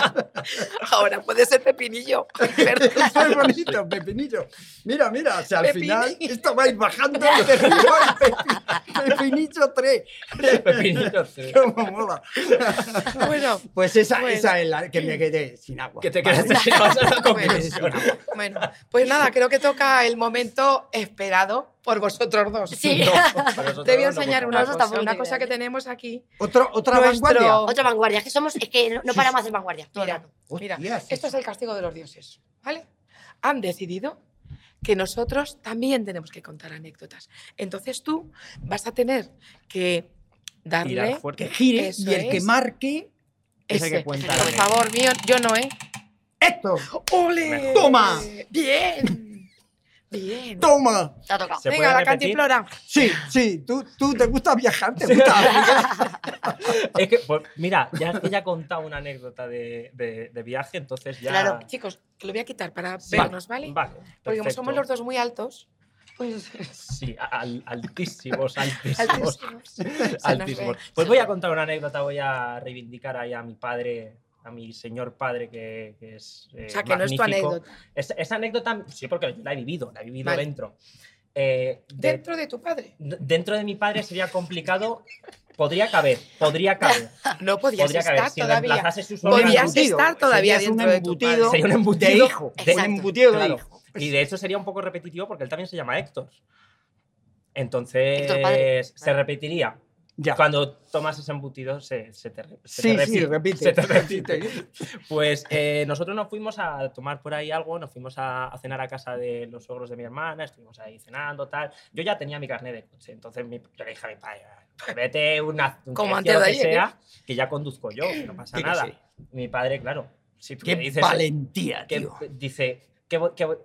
S4: Ahora puede ser pepinillo. Perdón.
S2: Eso es bonito, pepinillo. Mira, mira, o sea, al
S4: Pepinillo.
S2: final esto va a ir bajando y terminó el pepi- pepinillo tres.
S1: Pepinillo, sí.
S2: Cómo mola.
S4: Bueno,
S2: Pues esa,
S4: Bueno.
S2: esa es la que me quedé sin agua.
S1: Que te quedaste sin esa es la
S4: bueno,
S1: conclusión.
S4: bueno, pues nada, creo que toca el momento esperado por vosotros dos.
S3: Sí.
S4: Te voy a enseñar una
S3: Nosotros
S4: cosa,
S3: tampoco
S4: una
S3: te
S4: cosa
S3: creas,
S4: que
S3: ¿eh?
S4: tenemos aquí.
S2: Otro, otra
S4: Nuestro-
S2: vanguardia.
S3: Otra vanguardia. Es que somos, es que no, no paramos de hacer vanguardia. todo el
S4: Mira,
S3: rato.
S4: mira,
S2: Hostias,
S4: esto es el castigo de los dioses, ¿vale? Han decidido que nosotros también tenemos que contar anécdotas. Entonces tú vas a tener que darle
S1: Tirar fuerte.
S2: Que gire
S4: Eso
S2: y el que
S4: es.
S2: marque
S1: Ese que
S4: ese.
S1: cuenta
S4: Por
S1: la anécdota.
S4: favor, mío, yo no, ¿eh?
S2: esto.
S4: ¡Ole!
S2: Toma.
S4: Bien. Bien.
S2: Toma.
S3: Te ha tocado.
S1: ¿Se
S4: Venga,
S1: puede
S4: la
S1: repetir?
S4: cantimplora.
S2: Sí, sí, tú, tú te gusta viajar, te gusta.
S1: Es que, pues, mira, ya es que ya he contado una anécdota de, de- de viaje, entonces ya.
S3: Claro.
S4: Chicos, que lo voy a quitar para
S1: Sí.
S4: vernos, ¿vale?
S1: Vale.
S4: Porque como
S1: perfecto.
S4: somos los dos muy altos, pues
S1: Sí, al- altísimos, altísimos.
S4: altísimos. se nos
S1: altísimos.
S4: ve.
S1: Pues voy a contar una anécdota, voy a reivindicar ahí a mi padre, a mi señor padre, que, que es. eh,
S4: O sea, que no es tu
S1: magnífico.
S4: anécdota.
S1: Esa, esa anécdota, sí, porque la he vivido, la he vivido
S4: Vale.
S1: dentro. Eh, de-
S4: Dentro de tu padre.
S1: dentro de mi padre sería complicado. Podría caber, podría caber.
S4: No podías
S1: Podría
S4: estar
S1: caber. Si
S4: todavía.
S1: reemplazase sus
S4: Podías
S1: órganos,
S4: estar todavía
S2: Serías un
S4: dentro de tu
S2: embutido.
S4: padre.
S1: sería un embutido
S2: de hijo.
S1: de-
S2: Un
S3: Exacto.
S2: embutido de
S1: claro.
S2: hijo.
S1: Y de hecho sería un poco repetitivo porque él también se llama Héctor. Entonces
S3: Héctor padre.
S1: se repetiría.
S2: Ya.
S1: Cuando tomas ese embutido se, se te, se
S2: Sí,
S1: te
S2: sí,
S1: repite.
S2: repite.
S1: Se te repite. Pues eh, nosotros nos fuimos a tomar por ahí algo, nos fuimos a, a cenar a casa de los suegros de mi hermana, estuvimos ahí cenando, tal. Yo ya tenía mi carnet de coche, entonces mi, yo le dije a mi padre, vete una, un
S4: Como
S1: tercio,
S4: antes
S1: lo
S4: de
S1: que
S4: ayer, ¿eh?
S1: sea, que ya conduzco yo, que no pasa
S2: Sí que
S1: nada.
S2: sí.
S1: Mi padre, claro, sí,
S2: Qué
S1: me dices,
S2: valentía,
S1: que
S2: tío.
S1: dice, que, voy- que voy-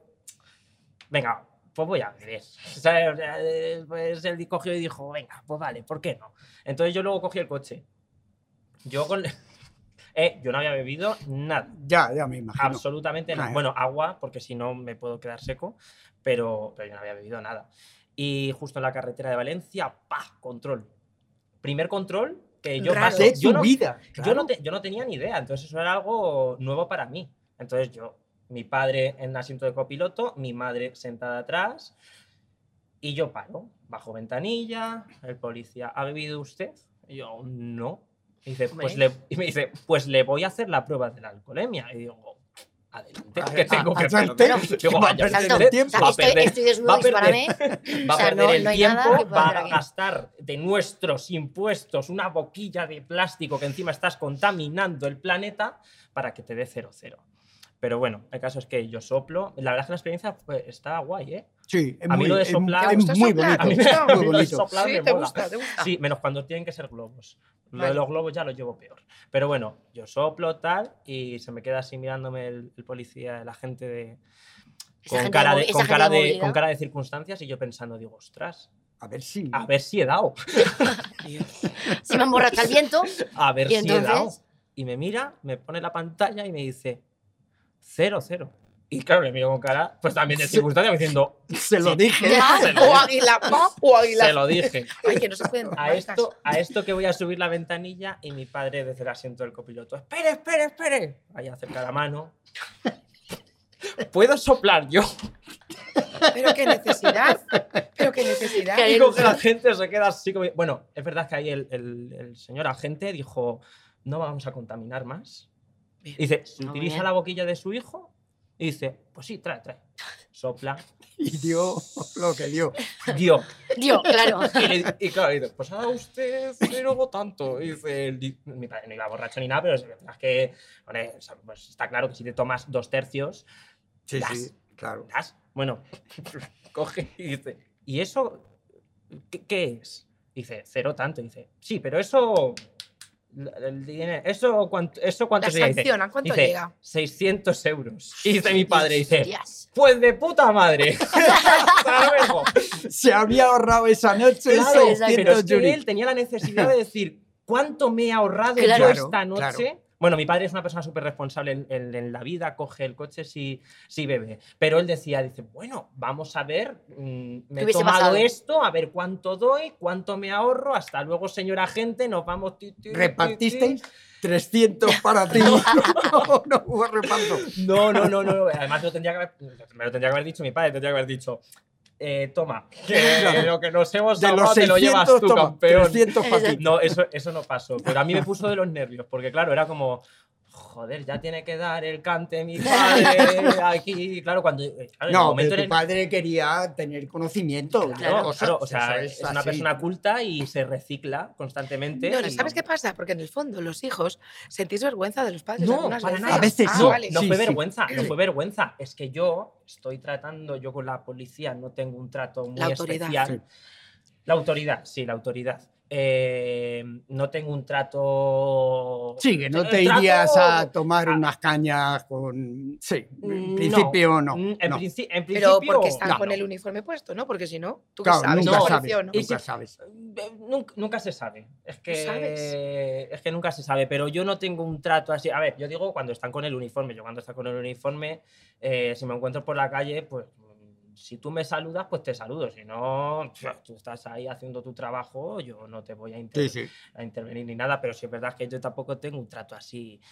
S1: venga, pues voy a ver. ¿Sabes? O sea, eh, pues él cogió y dijo, venga, pues vale, ¿por qué no? Entonces yo luego cogí el coche. Yo con... eh, yo no había bebido nada.
S2: Ya, ya me imagino.
S1: Absolutamente nada.
S2: Ah,
S1: Bueno, agua, porque si no me puedo quedar seco, pero, pero yo no había bebido nada. Y justo en la carretera de Valencia, ¡pah! Control. Primer control que yo
S4: Raro.
S1: paso.
S2: De
S1: Yo
S2: tu
S1: no,
S2: vida.
S1: yo,
S2: claro.
S1: no te- yo no tenía ni idea, entonces eso era algo nuevo para mí. Entonces yo, mi padre en asiento de copiloto, mi madre sentada atrás y yo paro, bajo ventanilla, el policía, ¿ha bebido usted? Y yo, no. Y, dice, pues le, y me dice, pues le voy a hacer la prueba de la alcoholemia. Y digo, adelante,
S2: A-
S1: que tengo
S2: a-
S1: que
S2: allá
S1: perder.
S2: usted,
S1: Digo,
S2: va a
S1: allá
S2: perder
S1: usted,
S2: el tiempo.
S3: O sea,
S1: va a
S3: estoy,
S1: perder-
S3: estoy desnudo,
S1: va a
S3: dispárame.
S1: Va a
S3: O sea,
S1: perder
S3: no-
S1: el
S3: no hay nada
S1: tiempo,
S3: que pueda
S1: va
S3: hacer
S1: a
S3: aquí.
S1: gastar de nuestros impuestos una boquilla de plástico que encima estás contaminando el planeta para que te dé cero cero. Pero bueno, el caso es que yo soplo. La verdad es que la experiencia fue, está guay, ¿eh?
S2: Sí, es
S1: A mí
S2: muy,
S1: lo de
S2: es-
S1: soplar-
S2: es
S4: ¿Te gusta
S2: muy
S4: soplar?
S2: bonito.
S1: A mí me-
S2: muy
S1: a mí lo de
S2: bonito.
S1: soplar
S4: Sí,
S1: me
S4: te
S1: mola.
S4: gusta, te gusta.
S1: Sí, menos cuando tienen que ser globos. Lo
S4: Vale.
S1: de los globos ya lo llevo peor. Pero bueno, yo soplo tal y se me queda así mirándome el, el policía, el agente de...
S3: Esa
S1: Con
S3: gente
S1: cara
S3: de
S1: de,
S3: mo-
S1: con,
S3: esa
S1: cara
S3: gente de
S1: de,
S3: movilidad.
S1: con cara de circunstancias y yo pensando, digo, ostras,
S2: A ver si.
S1: a ver si he dado.
S3: Si me emborracha el viento.
S1: A ver
S3: ¿Y
S1: si he dado.
S3: entonces?
S1: Y me mira, me pone la pantalla y me dice, cero, cero. Y claro, le miro con cara, pues también de
S2: Se-
S1: circunstancias, diciendo,
S2: Se lo
S1: Sí.
S2: dije.
S3: Ya.
S1: se lo
S4: O
S1: dije.
S4: águila, pa, o águila.
S1: Se lo dije.
S4: Ay, que no se pueden
S1: A esto, a esto que voy a subir la ventanilla y mi padre desde el asiento del copiloto, espere, espere, espere. Ahí acerca la mano. ¿Puedo soplar yo?
S4: Pero qué necesidad. Pero qué necesidad.
S3: Que-
S1: Y coge la gente, se queda así como... Bueno, es verdad que ahí el, el- el señor agente dijo, no vamos a contaminar más.
S4: Bien.
S1: Y dice,
S3: Muy
S1: ¿utiliza
S3: bien.
S1: la boquilla de su hijo? Y dice, pues sí, trae, trae. Sopla.
S2: Y dio lo que dio.
S1: Dio.
S3: Dios, claro.
S1: Y, le- y claro, dice, pues ha dado usted cero tanto. Y dice, el di- mi padre no iba borracho ni nada, pero es verdad que, hombre, o sea, pues está claro que si te tomas dos tercios,
S2: Sí,
S1: das,
S2: sí, claro.
S1: das. Bueno, coge y dice, ¿y eso qué, qué es? Dice, cero tanto. Dice, sí, pero eso... el dinero, ¿Eso cuánto, eso cuánto
S4: La
S1: sería? Dice,
S4: sanción, ¿a cuánto
S1: dice,
S4: llega?
S1: seiscientos euros. Y dice mi padre, dice,
S3: Hostias.
S1: pues de puta madre. Hasta luego.
S2: Se había ahorrado esa noche
S1: Claro,
S3: exacto.
S1: pero es
S2: seiscientos yuris.
S1: que él tenía la necesidad de decir ¿cuánto me he ahorrado
S3: Claro.
S1: yo
S2: Claro,
S1: esta noche?
S2: claro.
S1: Bueno, mi padre es una persona súper responsable en, en- en la vida, coge el coche si, si bebe. Pero él decía, dice, bueno, vamos a ver, mm, me he
S3: hubiese
S1: tomado
S3: pasado?
S1: esto, a ver cuánto doy, cuánto me ahorro, hasta luego, señor agente, nos vamos... ti, ti, ti,
S2: ¿Repartisteis?
S1: ti.
S2: trescientos para ti. No, no hubo reparto.
S1: No, no, no, no. Además, lo tendría que haber, me lo tendría que haber dicho mi padre, tendría que haber dicho, eh, toma, que lo que nos hemos
S2: De los
S1: ahorrado te lo llevas
S2: seiscientos,
S1: tú,
S2: toma,
S1: campeón.
S2: trescientos para ti.
S1: No, eso, eso no pasó. Pero a mí me puso de los nervios, porque claro, era como, joder, ya tiene que dar el cante mi padre aquí. Claro, cuando. Claro, en el
S2: No,
S1: momento
S2: pero
S1: en
S2: tu
S1: el-
S2: padre quería tener conocimiento. de
S1: Claro,
S2: cosas.
S1: claro, o sea,
S2: Eso
S1: es, una
S2: así.
S1: persona culta y se recicla constantemente.
S4: No, no,
S1: y-
S4: ¿sabes qué pasa? Porque en el fondo los hijos sentís vergüenza de los padres
S1: No,
S4: algunas
S1: para
S4: veces.
S1: nada.
S2: A veces
S4: Ah,
S2: sí.
S1: No,
S4: vale.
S1: no
S2: Sí,
S1: fue
S2: sí.
S1: vergüenza, no fue vergüenza. Es que yo estoy tratando, yo con la policía no tengo un trato muy
S4: La autoridad.
S1: especial. La autoridad, sí, la autoridad. Eh, no tengo un trato.
S2: Sí, que no
S1: El
S2: te
S1: trato-
S2: irías a tomar
S1: Ah.
S2: unas cañas con. Sí, en
S1: No,
S2: principio no.
S1: mm, En,
S2: no.
S1: princi- en
S4: Pero
S1: principio.
S4: porque están
S2: no,
S4: con
S2: no.
S4: el uniforme puesto, ¿no? Porque si no, tú
S2: Claro,
S4: qué sabes,
S2: nunca
S1: no,
S4: ¿la
S2: sabes.
S4: policía o no?
S1: Y
S2: Nunca
S1: si-
S2: sabes.
S1: Eh, Nunca, nunca se sabe. Es que,
S4: sabes?
S1: es que nunca se sabe. Pero yo no tengo un trato así. A ver, yo digo cuando están con el uniforme. Yo cuando está con el uniforme, eh, si me encuentro por la calle, pues mm, si tú me saludas, pues te saludo. Si no, tú estás ahí haciendo tu trabajo, yo no te voy a, inter-
S2: Sí, sí.
S1: a intervenir ni nada. Pero sí es verdad que yo tampoco tengo un trato así.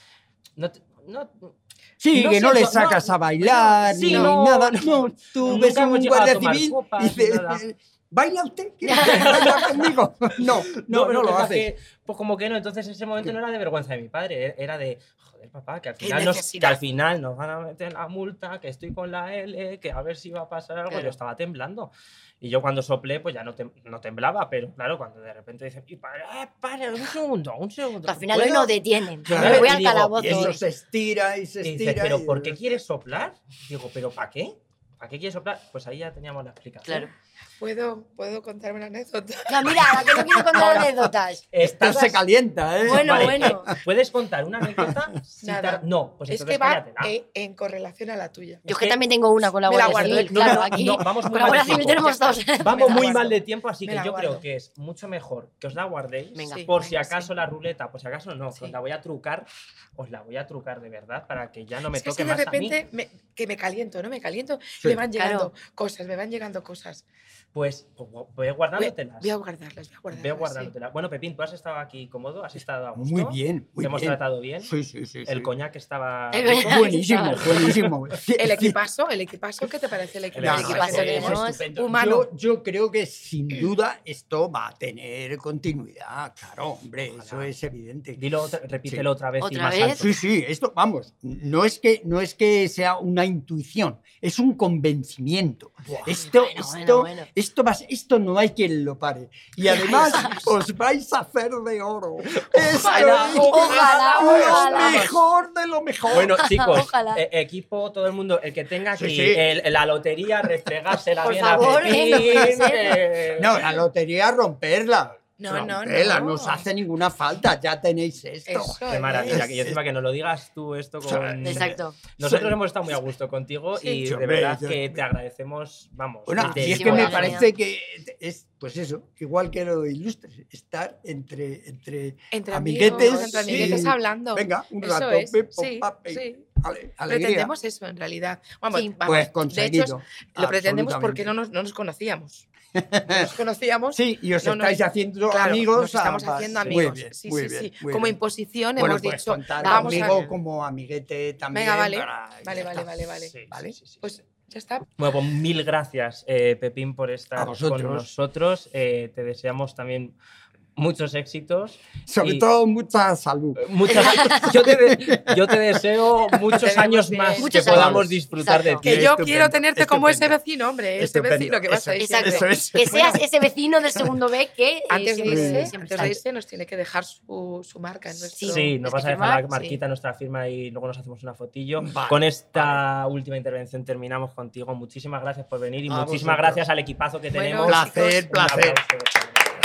S1: No, te- no,
S2: Sí,
S1: no
S2: que no
S1: siento-
S2: le sacas
S1: no,
S2: a bailar
S1: sí,
S2: ni
S1: no,
S2: nada.
S1: no,
S2: No, tú
S1: nunca
S2: ves
S1: hemos
S2: un
S1: llegado a
S2: guardia
S1: tomar
S2: civil
S1: copas
S2: y
S1: ni
S2: dices,
S1: nada.
S2: ¿baila usted? ¿Quiere bailar conmigo? No, no, no,
S1: pero
S2: lo
S1: que-
S2: haces.
S1: que- pues como que no, entonces ese momento no era de vergüenza de mi padre, era de, joder, papá, que al
S4: Qué
S1: final, nos,
S4: necesidad.
S1: que al final nos van a meter la multa, que estoy con la L, que a ver si va a pasar algo.
S3: Claro.
S1: Yo estaba temblando. Y yo cuando soplé, pues ya no, tem- no temblaba, pero claro, cuando de repente dicen, y para, eh, para, un segundo, un segundo.
S3: Al final hoy
S1: ¿puedo?".
S3: nos detienen.
S2: Claro,
S3: Me voy
S1: y
S3: al
S1: digo,
S3: calabozo.
S2: Y eso
S3: hoy.
S2: se estira y se
S1: Y
S2: estira.
S1: dices, ¿pero
S2: y-
S1: por qué quieres soplar? Digo, ¿pero para qué? ¿Para qué quieres soplar? Pues ahí ya teníamos la explicación.
S3: Claro.
S4: ¿Puedo, ¿Puedo contar una anécdota?
S3: No, mira, que no quiero contar anécdotas.
S2: Esto
S1: Estás-
S2: se calienta, ¿eh?
S3: Bueno,
S1: Vale,
S3: bueno.
S1: ¿Puedes contar una anécdota? Si
S4: Nada.
S1: te- No, pues
S4: Es
S1: entonces
S4: que va
S1: cállatela.
S4: eh, en correlación a la tuya.
S3: Yo es
S1: que-
S3: que también tengo una con la
S4: Me la
S3: Guardia
S4: guardo.
S3: Civil,
S1: No,
S3: claro,
S1: no,
S3: aquí.
S1: no, vamos muy
S3: con la
S1: mal de
S3: Guardia Civil
S1: tiempo.
S3: tenemos dos.
S1: Vamos
S4: Me la
S1: muy
S4: guardo.
S1: mal de tiempo, así
S4: Me
S1: que
S4: la
S1: yo creo
S4: guardo.
S1: que es mucho mejor que os la guardéis.
S3: Venga.
S4: Sí,
S1: por si
S4: venga,
S1: acaso
S4: sí.
S1: la ruleta, por si acaso no, que
S4: Sí.
S1: os la voy a trucar, os la voy a trucar de verdad para que ya no me
S4: Es que
S1: toque
S4: si de
S1: más
S4: repente me, que me caliento, ¿no? Me caliento
S2: Sí.
S4: y me van llegando
S3: Claro.
S4: cosas, me van llegando cosas.
S1: a mí. Pues, pues voy
S4: Voy,
S1: guardándotelas.
S4: voy a guardarlas, voy a guardarlas.
S1: Voy
S4: sí.
S1: guardándotelas. Bueno, Pepín, ¿tú has estado aquí cómodo? ¿Has estado a gusto?
S2: Muy bien, muy
S1: ¿Te hemos
S2: bien.
S1: tratado bien?
S2: Sí, sí, sí.
S1: El
S2: sí.
S1: coñac estaba...
S3: El
S1: rico.
S3: coñac.
S2: Buenísimo, buenísimo.
S4: El equipazo, el equipazo, ¿qué te parece el
S1: El
S4: equipazo?
S2: No,
S3: El equipazo
S2: eso-
S3: que
S2: eso
S3: tenemos.
S1: estupendo.
S4: humano.
S2: Yo, yo creo que sin duda esto va a tener continuidad, claro, hombre,
S1: Ojalá.
S2: eso es evidente.
S1: Dilo, otra- repítelo
S2: Sí.
S1: otra vez y
S3: ¿Otra
S1: más
S3: vez?
S1: alto.
S2: Sí, sí, esto, vamos, no es que, no es que sea una intuición, es un convencimiento. Esto,
S3: bueno,
S2: esto,
S3: bueno, bueno.
S2: esto, va- esto no hay quien lo pare. Y además os vais a hacer de oro. Esto
S1: Ojalá,
S2: es
S3: ojalá,
S2: lo
S3: ojalá.
S2: mejor de lo mejor.
S1: Bueno, chicos,
S3: Ojalá.
S1: eh, equipo, todo el mundo, el que tenga aquí
S2: Sí, sí.
S1: el- la lotería, restregársela
S3: Por
S1: bien
S3: favor,
S1: a Pepín,
S3: eh, no puede ser.
S1: eh,
S2: No, la lotería romperla.
S4: No, no,
S2: Romperla,
S4: no.
S2: no os hace ninguna falta, ya tenéis esto.
S4: Eso
S1: Qué
S4: es.
S1: maravilla, que yo encima que nos lo digas tú esto con...
S3: Exacto.
S1: Nosotros
S2: Sí.
S1: hemos estado muy a gusto contigo
S4: Sí.
S1: y
S2: Sí,
S1: de
S2: hombre,
S1: verdad
S2: yo-
S1: que te agradecemos, vamos.
S2: Bueno,
S1: desde
S2: y es
S1: el
S2: que me
S1: corazón.
S2: parece que es, pues eso, igual que lo ilustres, estar entre, entre,
S4: Entre
S2: amiguetes.
S4: amigos, entre amiguetes
S2: sí.
S4: hablando.
S2: Venga, un
S4: Eso
S2: rato.
S4: es,
S2: pim, pum,
S4: sí,
S2: pa, pim.
S4: sí.
S2: Ale- alegría.
S4: Pretendemos eso en realidad. Vamos,
S3: Sí.
S4: vamos,
S2: Pues
S4: de
S2: conseguido.
S4: hecho, lo pretendemos porque no
S2: absolutamente.
S4: nos, no nos conocíamos. No nos conocíamos.
S2: Sí, y os
S4: No, no,
S2: estáis haciendo
S4: claro,
S2: amigos.
S4: nos estamos
S2: ambas.
S4: haciendo
S2: Muy
S4: amigos.
S2: bien,
S4: sí,
S2: muy
S4: sí,
S2: bien,
S4: sí.
S2: muy
S4: Como
S2: bien.
S4: imposición
S2: Bueno,
S4: hemos
S2: pues
S4: dicho,
S2: contar
S4: vamos
S2: conmigo
S4: a...
S2: como amiguete también.
S4: Venga, vale,
S2: para-
S4: vale,
S2: ya
S4: vale,
S2: está.
S4: vale, vale.
S1: Sí, sí,
S2: Vale.
S1: sí, sí, sí.
S4: Pues ya está.
S1: Bueno, pues mil gracias, eh, Pepín, por
S2: A
S1: estar
S2: vosotros.
S1: con nosotros. Eh, te deseamos también muchos éxitos.
S2: Sobre
S1: y
S2: todo mucha salud.
S1: muchas- yo, te de- yo te deseo muchos
S4: Tenemos
S1: años
S4: bien.
S1: más
S3: Muchos
S1: que podamos
S2: años.
S1: disfrutar de
S3: Exacto.
S1: ti.
S4: Que yo
S2: Estupendo,
S4: quiero tenerte como ese
S2: estupendo.
S4: vecino, hombre. Este
S2: Estupendo.
S4: vecino que vas
S2: Eso-
S4: a decir.
S3: Exacto.
S2: Eso es.
S3: Que seas ese vecino del segundo B que eh,
S4: Antes de
S3: siempre-
S4: irse,
S3: siempre
S4: antes
S3: está.
S4: de irse nos tiene que dejar su, su marca en nuestro...
S1: Sí, nos
S3: ¿Es
S1: vas a
S3: que
S1: dejar la
S3: firmar?
S1: marquita, nuestra firma y luego nos hacemos una fotillo.
S2: Vale,
S1: Con esta última intervención terminamos contigo. Muchísimas gracias por venir y
S2: A
S1: muchísimas
S2: vosotros.
S1: gracias al equipazo que
S4: Bueno,
S1: tenemos.
S2: Placer,
S1: Un
S2: placer.
S1: aplauso.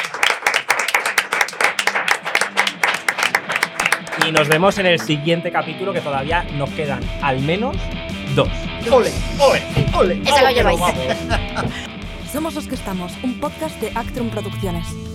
S1: Y nos vemos en el siguiente capítulo, que todavía nos quedan al menos dos.
S2: Ole, ole, ole.
S3: Esa lo
S1: Vamos, que nos
S3: lleváis.
S1: vamos.
S5: Somos los que estamos, un podcast de Actrum Producciones.